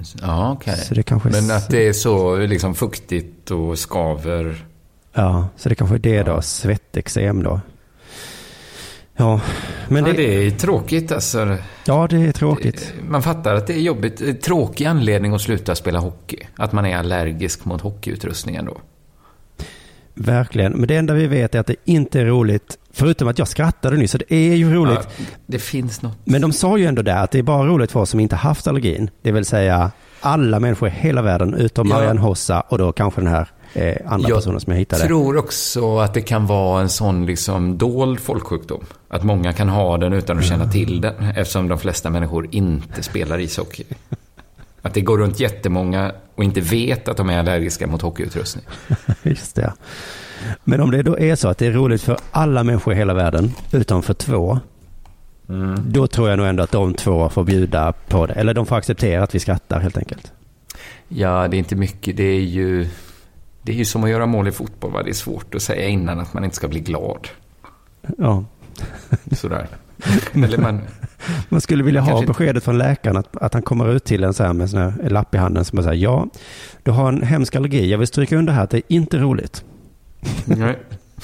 Ja, okej. Så det kanske men att det är så liksom fuktigt och skaver. Ja, så det kanske är det då, svettexem då. Ja, men det är tråkigt alltså. Ja, det är tråkigt. Man fattar att det är jobbigt. Tråkig anledning att sluta spela hockey. Att man är allergisk mot hockeyutrustningen då. Verkligen. Men det enda vi vet är att det inte är roligt. Förutom att jag skrattade nyss, så det är ju roligt. Ja, det finns något. Men de sa ju ändå där att det är bara roligt för oss som inte haft allergin. Det vill säga alla människor i hela världen utom Marianne Hossa och då kanske den här andra personen som jag hittade. Jag tror också att det kan vara en sån liksom dold folksjukdom. Att många kan ha den utan att känna till den. Eftersom de flesta människor inte spelar ishockey. Att det går runt jättemånga och inte vet att de är allergiska mot hockeyutrustning. Just det. Men om det då är så att det är roligt för alla människor i hela världen utom för 2. Då tror jag nog ändå att de 2 får bjuda på det. Eller de får acceptera att vi skrattar helt enkelt. Ja, det är inte mycket. Det är ju som att göra mål i fotboll. Va? Det är svårt att säga innan att man inte ska bli glad. Ja. Sådär. Eller man skulle vilja ha beskedet från läkaren att han kommer ut till en så här med sån här lapp i handen som bara säger ja, du har en hemsk allergi. Jag vill stryka under här att det är inte roligt. Nej.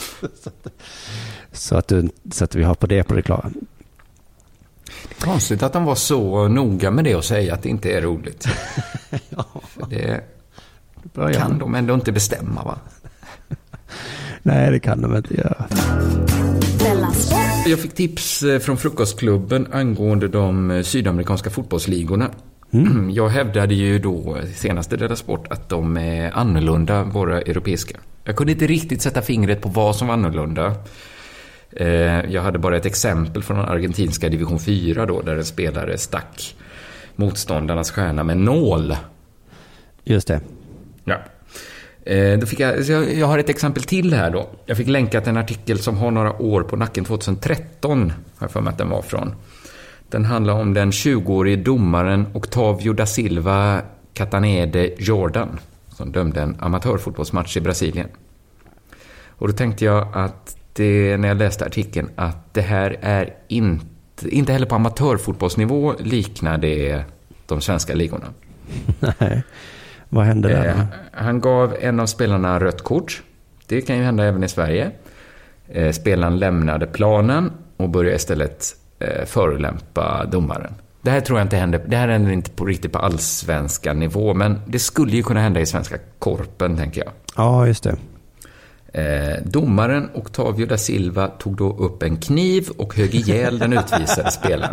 så att vi har på det klara. Det är konstigt att de var så noga med det och säga att det inte är roligt. Ja. För det kan de ändå inte bestämma, va? Nej, det kan de inte göra. Jag fick tips från Frukostklubben angående de sydamerikanska fotbollsligorna. Jag hävdade ju då senaste Della Sport att de är annorlunda, våra europeiska. Jag kunde inte riktigt sätta fingret på vad som var annorlunda. Jag hade bara ett exempel från den argentinska division 4 då, där en spelare stack motståndarnas stjärna med nål. Just det. Ja. Då fick jag har ett exempel till här då. Jag fick länkat en artikel som har några år på nacken, 2013 har jag för mig att den var från. Den handlar om den 20-årige domaren Octavio da Silva Catanede Jordan som dömde en amatörfotbollsmatch i Brasilien. Och då tänkte jag att när jag läste artikeln att det här är inte heller på amatörfotbollsnivå liknar det de svenska ligorna. Nej. Vad hände där? Han gav en av spelarna rött kort. Det kan ju hända även i Sverige. Spelaren lämnade planen och började istället förolämpa domaren. Det här tror jag inte händer. Det här händer inte riktigt på allsvenska nivå, men det skulle ju kunna hända i svenska korpen, tänker jag. Ja, just det. Domaren Octavio da Silva tog då upp en kniv och högg ihjäl den utvisade spelaren.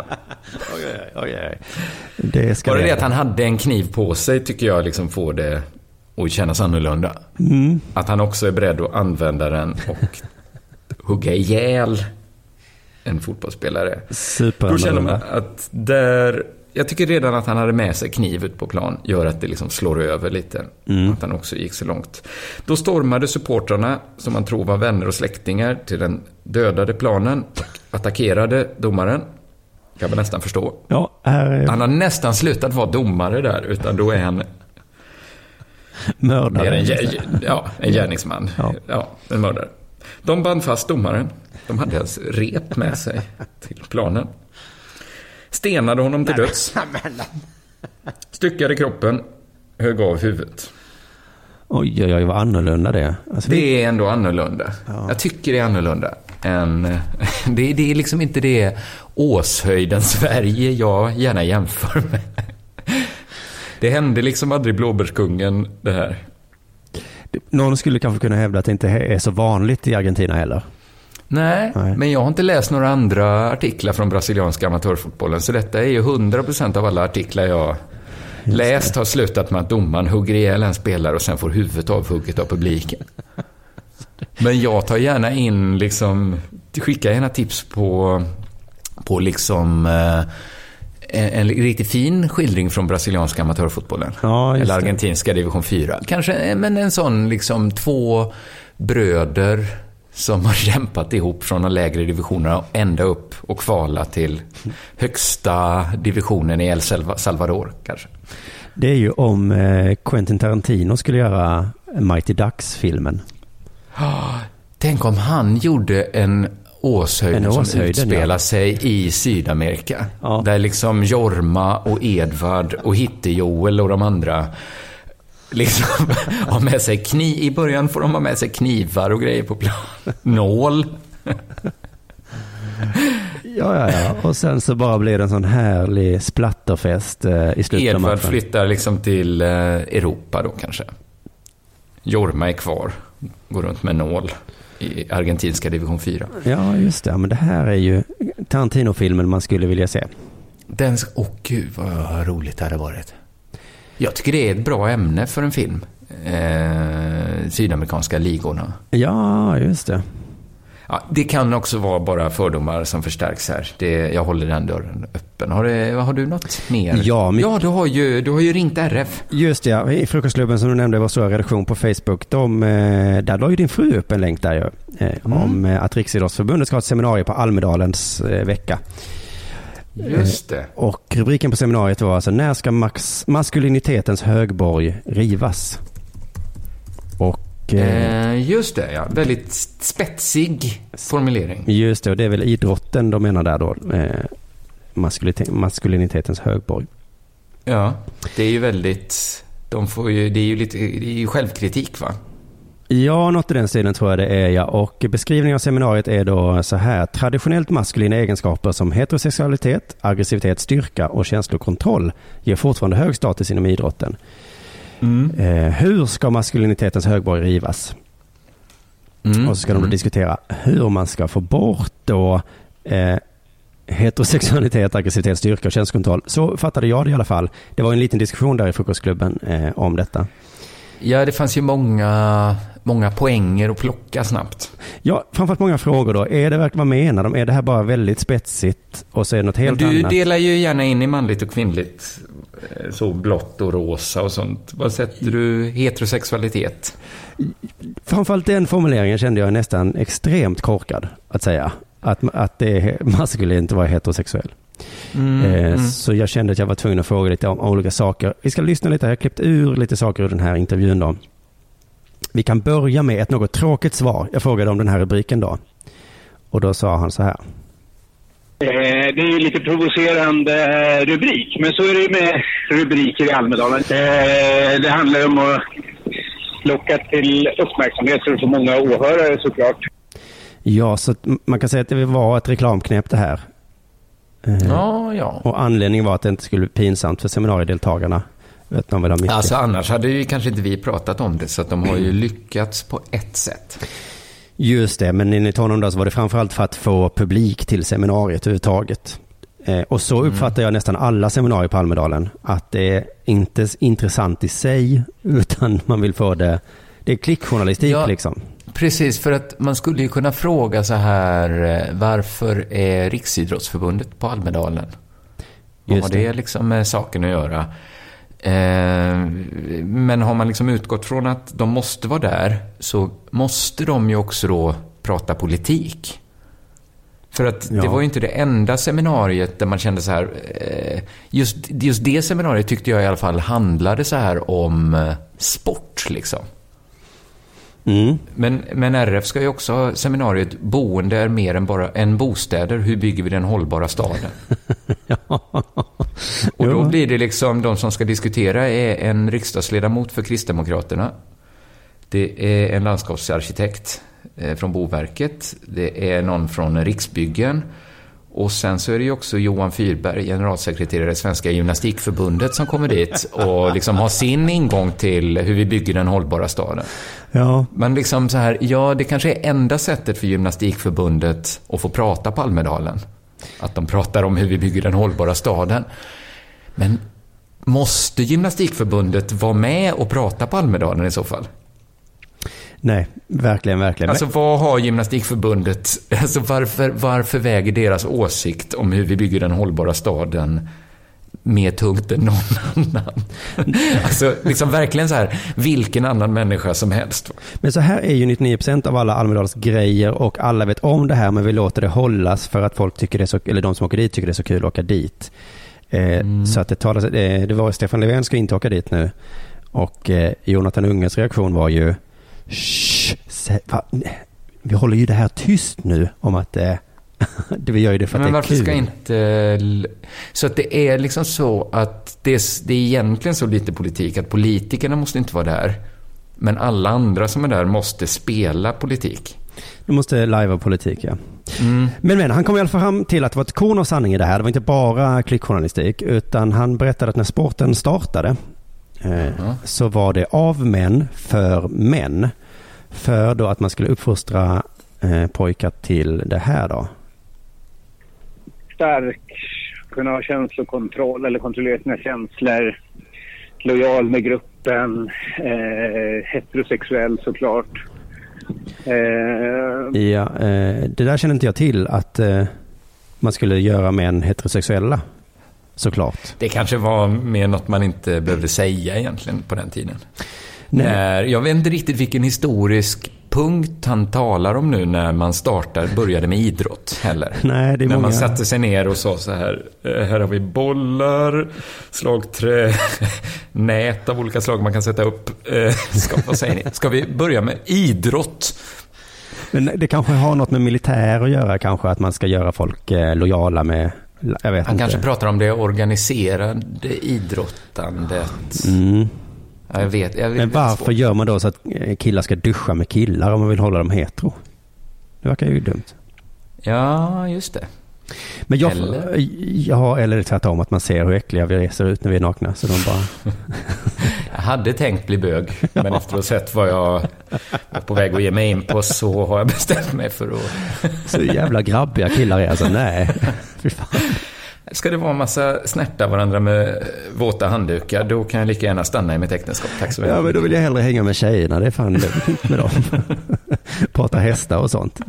Oj. Bara det att han hade en kniv på sig tycker jag liksom får det att kännas annorlunda. Att han också är beredd att använda den och hugga ihjäl en fotbollsspelare. Då känner man att jag tycker redan att han hade med sig kniv ut på plan gör att det liksom slår över lite. Att han också gick så långt. Då stormade supportrarna, som man tror var vänner och släktingar, till den dödade planen och attackerade domaren. Kan man nästan förstå. Ja, han har nästan slutat vara domare där, utan då är han mördare. En gärningsman. Ja, en mördare. De band fast domaren. De hade alltså rep med sig till planen. Stenade honom till döds. Styckade kroppen. Högg av huvudet. Oj, vad annorlunda det. Alltså, det är ändå annorlunda. Ja. Jag tycker det är annorlunda. Det är liksom inte det Åshöjden Sverige jag gärna jämför med. Det hände liksom aldrig Blåbärskungen det här. Någon skulle kanske kunna hävda att det inte är så vanligt i Argentina heller. Nej, men jag har inte läst några andra artiklar från brasilianska amatörfotbollen, så detta är ju 100% av alla artiklar jag läst har slutat med att domaren hugger ihjäl en spelare och sen får huvudet avhugget av publiken. Men jag tar gärna in skickar gärna tips på liksom en riktigt fin skildring från brasilianska amatörfotbollen. Eller argentinska division 4. Kanske, men en sån liksom 2 bröder som har kämpat ihop från de lägre divisionerna ända upp och kvala till högsta divisionen i El Salvador kanske. Det är ju om Quentin Tarantino skulle göra Mighty Ducks-filmen. Tänk om han gjorde en Åshöjden som utspelar sig i Sydamerika. Ja. Där liksom Jorma och Edvard och Hitte-Joel och de andra liksom har med sig i början får de ha med sig knivar och grejer på plan. Nål. Ja. Och sen så bara blir det en sån härlig splatterfest i slutet av matchen. Edvard flyttar liksom till Europa då kanske. Jorma är kvar. Går runt med nål i argentinska division 4. Ja, just det. Men det här är ju Tarantino-filmen man skulle vilja se. Gud vad roligt det hade varit. Jag tycker det är ett bra ämne för en film. Sydamerikanska ligorna. Ja, just det. Ja, det kan också vara bara fördomar som förstärks här. Jag håller den dörren öppen. Har du något mer? Ja, du har ju ringt RF. Just det, ja. I Frukostklubben som du nämnde var så redaktion på Facebook. Där la ju din fru upp en länk där om att Riksidrottsförbundet ska ha ett seminarium på Almedalens vecka. Just det. Och rubriken på seminariet var alltså: när ska maskulinitetens högborg rivas? Och just det, ja. Väldigt spetsig formulering. Just det, och det är väl idrotten de menar där då. Maskulinitetens högborg. Ja, det är ju väldigt... det är ju självkritik, va? Ja, något i den stilen tror jag det är, ja. Och beskrivningen av seminariet är då så här: traditionellt maskulina egenskaper som heterosexualitet, aggressivitet, styrka och känslokontroll ger fortfarande hög status inom idrotten. Hur ska maskulinitetens högborg rivas? Och så ska de då diskutera hur man ska få bort då heterosexualitet, aggressivitet, styrka och känslokontroll. Så fattade jag det i alla fall. Det var en liten diskussion där i Frukostklubben om detta. Ja, det fanns ju många poänger att plocka snabbt. Ja, framförallt många frågor då. Är det verkligen, vad menar de? Är det här bara väldigt spetsigt och så är det något helt annat? Du delar ju gärna in i manligt och kvinnligt, så blått och rosa och sånt. Vad sätter du heterosexualitet? Framförallt den formuleringen kände jag nästan extremt korkad att säga. Att det är maskulint att vara heterosexuell. Så jag kände att jag var tvungen att fråga lite om olika saker. Vi ska lyssna lite. Jag har klippt ur lite saker ur den här intervjun då. Vi kan börja med ett något tråkigt svar. Jag frågade om den här rubriken då. Och då sa han så här. Det är ju lite provocerande rubrik, men så är det med rubriker i Almedalen. Det handlar om att locka till uppmärksamhet för så många åhörare såklart. Ja, så man kan säga att det var ett reklamknep det här. Ja. Och anledningen var att det inte skulle bli pinsamt för seminariedeltagarna. Vet de vad de alltså annars hade ju kanske inte vi pratat om det, så att de har ju lyckats på ett sätt. Just det, men enligt honom då så var det framförallt för att få publik till seminariet överhuvudtaget. Och så uppfattar jag nästan alla seminarier på Almedalen, att det är inte intressant i sig, utan man vill få det är klickjournalistik liksom. Precis, för att man skulle ju kunna fråga så här, varför är Riksidrottsförbundet på Almedalen? Vad har det liksom med saken att göra? Men har man liksom utgått från att de måste vara där, så måste de ju också då prata politik. För att det var ju inte det enda seminariet där man kände så här, just det seminariet tyckte jag i alla fall handlade så här om sport liksom. Men RF ska ju också ha seminariet boende är mer än bara en bostäder. Hur bygger vi den hållbara staden? Och då blir det liksom, de som ska diskutera är en riksdagsledamot för Kristdemokraterna. Det är en landskapsarkitekt från Boverket. Det är någon från Riksbyggen. Och sen så är det ju också Johan Fyrberg, generalsekreterare i Svenska gymnastikförbundet, som kommer dit och liksom har sin ingång till hur vi bygger den hållbara staden. Ja. Men liksom så här, det kanske är enda sättet för gymnastikförbundet att få prata på Almedalen. Att de pratar om hur vi bygger den hållbara staden. Men måste gymnastikförbundet vara med och prata på Almedalen i så fall? Nej, verkligen. Alltså vad har gymnastikförbundet, alltså varför väger deras åsikt om hur vi bygger den hållbara staden mer tungt än någon annan? Alltså liksom verkligen så här, vilken annan människa som helst. Men så här är ju 99% av alla Almedals grejer, och alla vet om det här, men vi låter det hållas för att folk tycker det är så, eller de som åker dit tycker det är så kul att åka dit. Så att det var Stefan Löfven ska inte åka dit nu, och Jonathan Unges reaktion var ju vi håller ju det här tyst nu om att vi gör ju det för att men det är varför kul. ska inte... Så att det är liksom så att det är egentligen så lite politik att politikerna måste inte vara där. Men alla andra som är där måste spela politik. Du måste lajva politik, ja. Men han kom i alla fall fram till att det var ett korn av sanning i det här. Det var inte bara klickjournalistik, utan han berättade att när sporten startade så var det av män för män. För då att man skulle uppfostra pojkar till det här då. Stark, kunna ha känslokontroll eller kontrollera sina känslor. Lojal med gruppen. Heterosexuell såklart. Det där känner inte jag till att man skulle göra män heterosexuella, såklart. Det kanske var mer något man inte behövde säga egentligen på den tiden. Jag vet inte riktigt vilken historisk punkt han talar om nu när man började med idrott heller. Nej, det är när många. Man satte sig ner och sa så här har vi bollar, slagträ, nät av olika slag man kan sätta upp. Vad säger ni? Ska vi börja med idrott? Men det kanske har något med militär att göra, kanske att man ska göra folk lojala med, jag vet han inte. Kanske pratar om det organiserade idrottandet. Jag vet men varför gör man då så att killar ska duscha med killar om man vill hålla dem hetero? Det verkar ju dumt. Ja, just det. Men eller tvärtom, att man ser hur äckliga vi reser ut när vi är nakna. Så de bara... Jag hade tänkt bli bög, men efter att ha sett vad jag var på väg att ge mig in på så har jag bestämt mig för att... Så jävla grabbiga killar är alltså, nej. Fy fan. Ska det vara en massa snärta varandra med våta handdukar, då kan jag lika gärna stanna i mitt äktenskap. Tack så mycket. Ja, men då vill jag hellre hänga med tjejerna. Det är fan fint med dem. Prata hästar och sånt.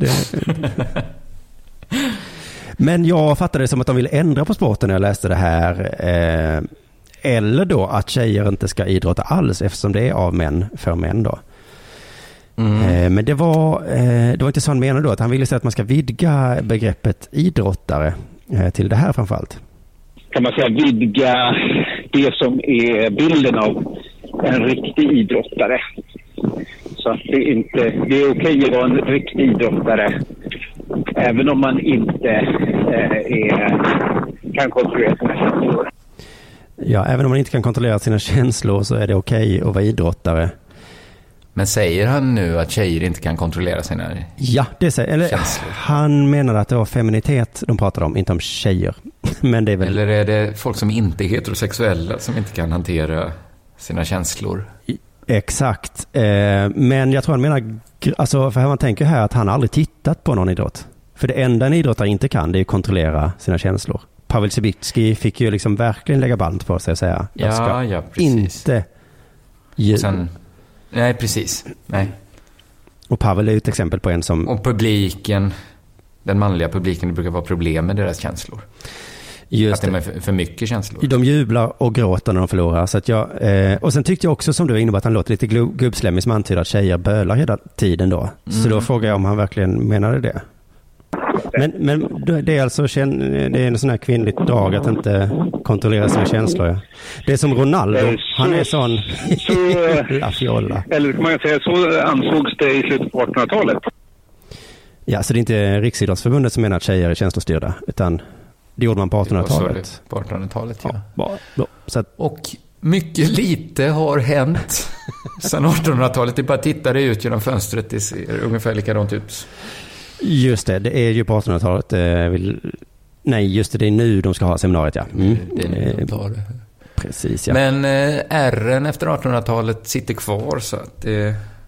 Men jag fattade det som att de ville ändra på sporten när jag läste det här. Eller då att tjejer inte ska idrotta alls eftersom det är av män för män då. Men det var inte så han menade då, att han ville säga att man ska vidga begreppet idrottare till det här framförallt. Kan man säga vidga det som är bilden av en riktig idrottare. Så att det är okej att vara en riktig idrottare även om man inte kan kontrollera sina känslor. Ja, även om man inte kan kontrollera sina känslor så är det okej att vara idrottare. Men säger han nu att tjejer inte kan kontrollera sina känslor? Han menade att det var feminitet de pratade om, inte om tjejer. Men det är väl... Eller är det folk som inte är heterosexuella som inte kan hantera sina känslor? Exakt. Men jag tror han menar, alltså för man tänker här att han aldrig tittat på någon idrott. För det enda en idrottare inte kan, det är att kontrollera sina känslor. Pavel Cibicki fick ju liksom verkligen lägga band på sig och säga jag ska inte nej, precis. Nej. Och Pavel är ju ett exempel på en som... Och publiken, den manliga publiken, det brukar vara problem med deras känslor. Just att det är för mycket känslor. De jublar och gråter när de förlorar. Så att och sen tyckte jag också, som du var inne på, att han låter lite gubbslemmig som antyder att tjejer bölar hela tiden då. Så då frågar jag om han verkligen menade det. Men det är alltså det är en sån här kvinnligt drag att inte kontrollera sina känslor. Ja. Det är som Ronaldo. Han är sån la fiolla. Eller kan man säga, så ansågs det i slutet på 1800-talet. Ja, så det är inte Riksidrottsförbundet som menar att tjejer är känslostyrda, utan det gjorde man på 1800-talet. På 1800-talet, ja. Så att... Och mycket lite har hänt sedan 1800-talet. Det är bara tittade ut genom fönstret. Det ser ungefär likadant ut. Just det är ju på 1800-talet. Nej, just det är nu de ska ha seminariet, ja. Det är nu de tar det. Precis, ja. Men R:en efter 1800-talet sitter kvar, så att det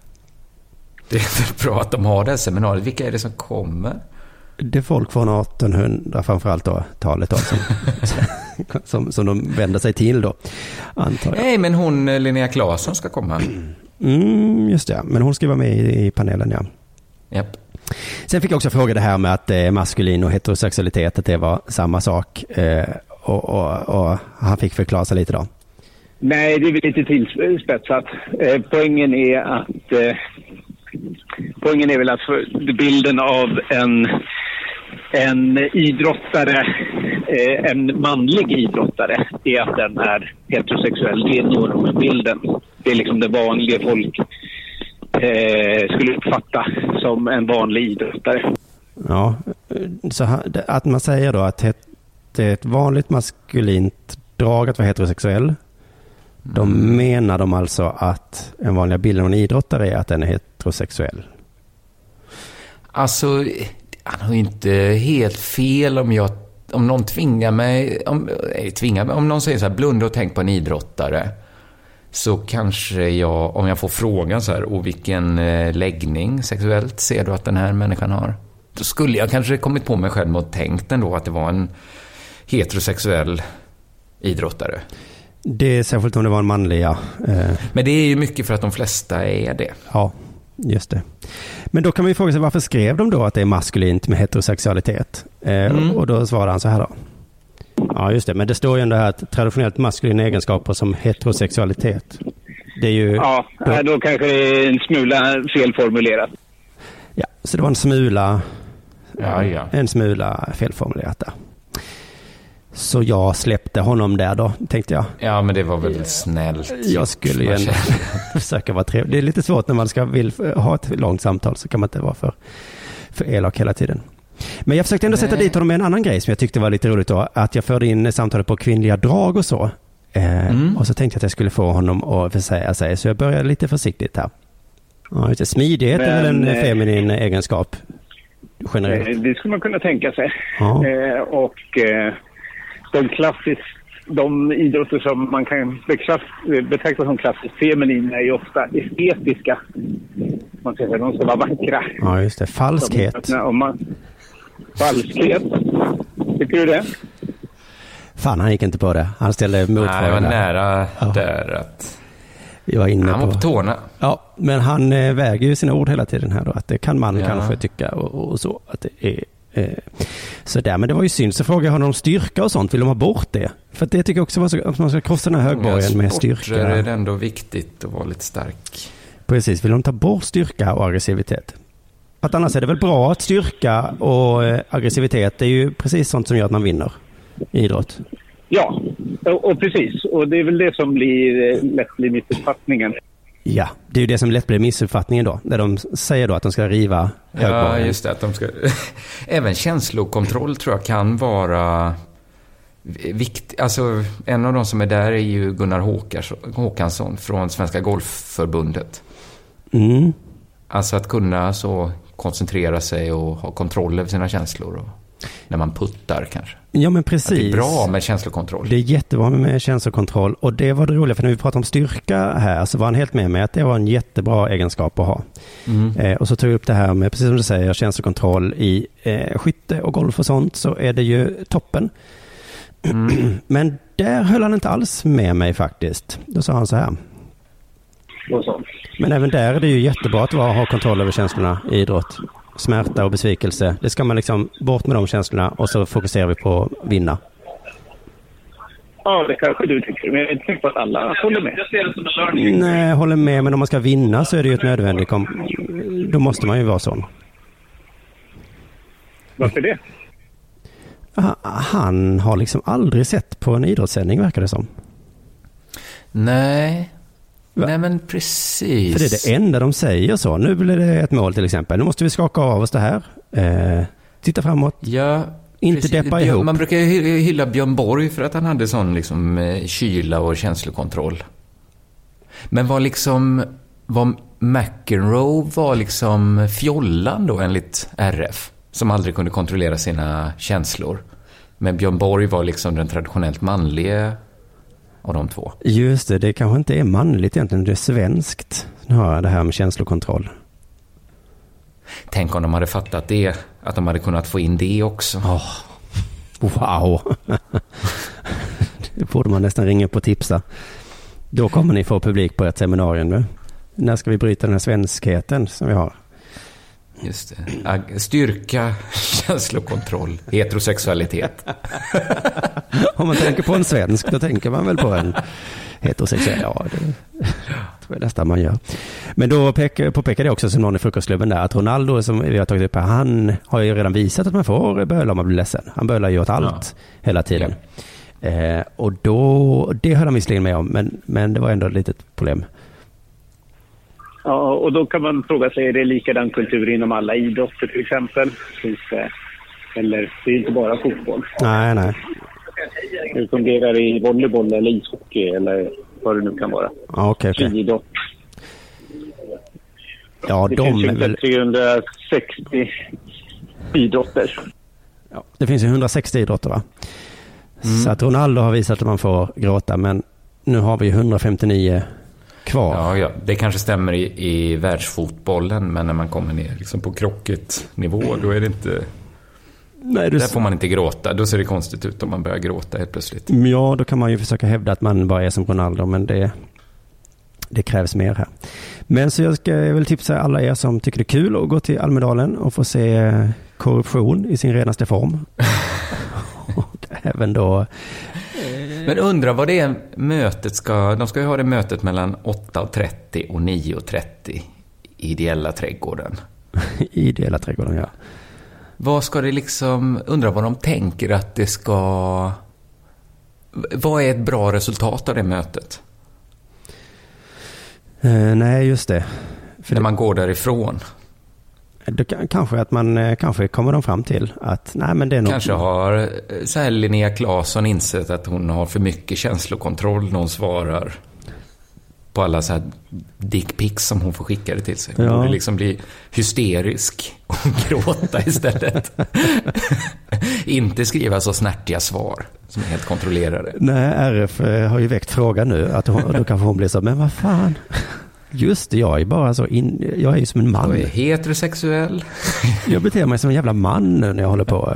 är bra att de har det här seminariet. Vilka är det som kommer? Det är folk från 1800 framförallt då, talet då, som de vänder sig till då, antar jag. Nej, men hon Linnea Claesson ska komma. Just det, men hon ska vara med i panelen, ja. Japp. Sen fick jag också fråga det här med att maskulin och heterosexualitet, att det var samma sak, och han fick förklara sig lite då. Nej, det är väl lite tillspetsat. Poängen är väl att bilden av en idrottare, en manlig idrottare, är att den är heterosexuell. Det är normen bilden. Det är liksom det vanliga folk skulle uppfatta som en vanlig idrottare. Ja, så att man säger då att det är ett vanligt maskulint drag att vara heterosexuell. Då menar de alltså att en vanlig bild av en idrottare är att den är heterosexuell. Alltså, han har ju inte helt fel om någon tvingar mig, om någon säger så här, blunda och tänk på en idrottare, så kanske jag, om jag får frågan så här, och vilken läggning sexuellt ser du att den här människan har? Då skulle jag kanske kommit på mig själv och tänkt ändå att det var en heterosexuell idrottare. Det är särskilt om det var en manliga. Men det är ju mycket för att de flesta är det. Ja, just det. Men då kan man ju fråga sig, varför skrev de då att det är maskulint med heterosexualitet? Och då svarade han så här då. Ja, just det. Men det står ju ändå här att traditionellt maskulina egenskaper som heterosexualitet. Det är ju... Ja, då kanske det är en smula felformulerat. Ja, så det var en smula... Ja. En smula felformulerat där. Så jag släppte honom där då, tänkte jag. Ja, men det var väl snällt. Jag skulle ju försöka vara trevlig. Det är lite svårt när man vill ha ett långt samtal, så kan man inte vara för elak hela tiden. Men jag försökte ändå sätta dit honom med en annan grej som jag tyckte var lite roligt då. Att jag förde in samtalet på kvinnliga drag och så. Och så tänkte jag att jag skulle få honom att försäga sig. Så jag började lite försiktigt här. Ja, just det. Smidighet är väl en feminin egenskap generellt. Det skulle man kunna tänka sig. Ja. De idrotter som man kan betrakta som klassiskt feminina är ju ofta estetiska. Man säger att de ska vara vackra. Ja, just det. Falskhet. Falskhet. Tycker du det? Fan, han gick inte på det. Han ställde motfrågan. Nej, jag var nära där att... Jag var inne han var på tårna. Ja, men han väger ju sina ord hela tiden här då. Att det kan man kanske tycka och så. Att det är... Så där, men det var ju synd. Så frågade jag honom om styrka och sånt. Vill de ha bort det? För att det tycker jag också att man ska krossa den här högborgen med styrka. Är det ändå viktigt att vara lite stark. Precis, vill de ta bort styrka och aggressivitet? Att annars är det väl bra att styrka och aggressivitet är ju precis sånt som gör att man vinner i idrott. Ja, och precis. Och det är väl det som lätt blir missuppfattningen. Ja, det är ju det som lätt blir missuppfattningen då. Där de säger då att de ska riva högborgen. Ja, just det. Att de ska... Även känslokontroll tror jag kan vara viktigt. Alltså, en av de som är där är ju Gunnar Håkansson från Svenska Golfförbundet. Mm. Alltså att kunna så koncentrera sig och ha kontroll över sina känslor. Och när man puttar kanske. Ja, men precis. Att det är bra med känslokontroll. Det är jättebra med känslokontroll. Och det var det roliga, för när vi pratade om styrka här så var han helt med mig att det var en jättebra egenskap att ha. Och så tog jag upp det här med, precis som du säger, känslokontroll i skytte och golf och sånt, så är det ju toppen. Men där höll han inte alls med mig faktiskt. Då sa han så här. Men även där är det ju jättebra att ha kontroll över känslorna i idrott. Smärta och besvikelse. Det ska man liksom bort med de känslorna och så fokuserar vi på att vinna. Ja, det kanske du tycker. Men jag tänker på att alla håller med. Jag ser det som en learning. Nej, jag håller med. Men om man ska vinna så är det ju ett nödvändigt. Då måste man ju vara sån. Varför det? Han har liksom aldrig sett på en idrottssändning, verkar det som. Nej, men precis. För det är det enda de säger så. Nu blir det ett mål till exempel. Nu måste vi skaka av oss det här. Titta framåt. Ja, inte precis. deppa ihop. Man brukar hylla Björn Borg för att han hade sån liksom kyla och känslokontroll. Men var McEnroe var liksom fjollan då enligt RF, som aldrig kunde kontrollera sina känslor. Men Björn Borg var liksom den traditionellt manliga av de två. Just det kanske inte är manligt egentligen, det är svenskt. Nu har jag det här med känslokontroll. Tänk om de hade fattat det, att de hade kunnat få in det också. Wow. Det borde man nästan ringa på och tipsa. Då kommer ni få publik på ett seminarium nu. När ska vi bryta den här svenskheten som vi har? Just det. Styrka, känslokontroll, heterosexualitet. Om man tänker på en svensk, då tänker man väl på en heterosexuell. Ja, det tror jag nästan man gör. Men då påpekade jag också som någon i frukostklubben där att Ronaldo, som vi har tagit upp här, han har ju redan visat att man får böla om man blir ledsen. Han bölar ju åt allt hela tiden. Ja. Och då, det höll han visserligen med om, men det var ändå ett litet problem. Ja, och då kan man fråga sig, är det likadan kultur inom alla idrotter till exempel? Eller det är inte bara fotboll. Nej. Hur fungerar det i volleyboll eller ishockey eller vad det nu kan vara? Ja, okej. Idrott. Ja, det finns ju 360 idrotter. Ja, det finns ju 160 idrotter, va? Så att Ronaldo har visat att man får gråta, men nu har vi 159 kvar. Ja, det kanske stämmer i världsfotbollen, men när man kommer ner liksom på krocketnivå, då är det inte... Nej, där får man inte gråta. Då ser det konstigt ut om man börjar gråta helt plötsligt. Ja, då kan man ju försöka hävda att man bara är som Ronaldo, men det krävs mer här. Men så jag vill tipsa alla er som tycker det är kul att gå till Almedalen och få se korruption i sin renaste form. Även då... Men undrar vad det är mötet ska... De ska ju ha det mötet mellan 8:30 och 9:30 i Ideella trädgården. Ideella trädgården, ja. Vad ska det liksom... Undrar vad de tänker att det ska... Vad är ett bra resultat av det mötet? Nej, just det. För när man går därifrån. Kanske att man kommer de fram till att nej, men det är något. Kanske har så här Linnea Claesson insett att hon har för mycket känslokontroll när hon svarar på alla så här dickpics som hon får skickade till sig. Hon borde liksom bli hysterisk och gråta istället. Inte skriva så snärtiga svar som är helt kontrollerade. Nej, RF har ju väckt frågan nu att då kanske hon blir så, men vad fan? Just det, jag är bara så jag är ju som en man. Jag är heterosexuell. Jag beter mig som en jävla man nu när jag håller på.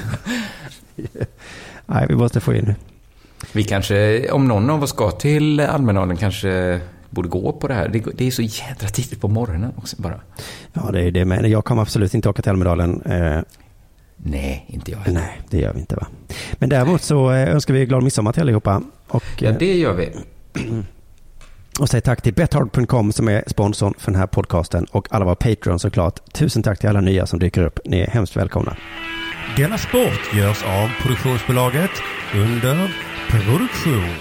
Nej, vi måste få in. Vi kanske, om någon av oss ska till Almedalen, kanske borde gå på det här. Det är så jädra tidigt på morgonen också bara. Ja, det är det, men jag kommer absolut inte åka till Almedalen. Nej, inte jag. Nej, det gör vi inte, va. Men däremot så önskar vi glad midsommar till allihopa. Och, ja, det gör vi. Och säg tack till Betthard.com som är sponsorn för den här podcasten och alla våra Patreon såklart. Tusen tack till alla nya som dyker upp. Ni är hemskt välkomna. Denna sport görs av produktionsbolaget Under Produktion.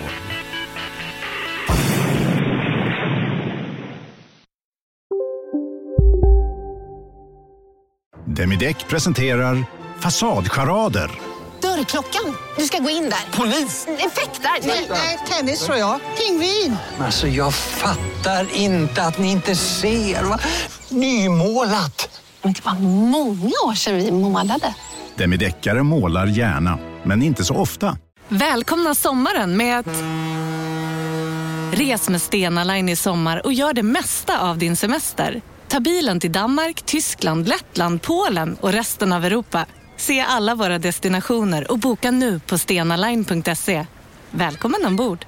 Demideck presenterar Fasadcharader. Dörrklockan. Du ska gå in där. Polis? Effektar? Nej, tennis tror jag. Pingvin. Alltså jag fattar inte att ni inte ser. Va? Nymålat. Men det var många år sedan vi målade. Demideckare målar gärna, men inte så ofta. Välkomna sommaren med att... Res med Stena Line i sommar och gör det mesta av din semester. Ta bilen till Danmark, Tyskland, Lettland, Polen och resten av Europa. Se alla våra destinationer och boka nu på stenaline.se. Välkommen ombord!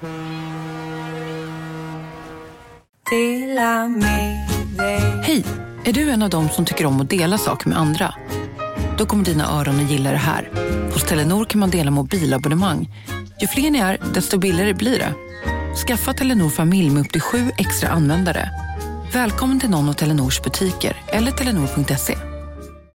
Hej! Är du en av dem som tycker om att dela saker med andra? Då kommer dina öron att gilla det här. Hos Telenor kan man dela mobilabonnemang. Ju fler ni är, desto billigare blir det. Skaffa Telenor familj med upp till 7 extra användare. Välkommen till någon av Telenors butiker eller telenor.se.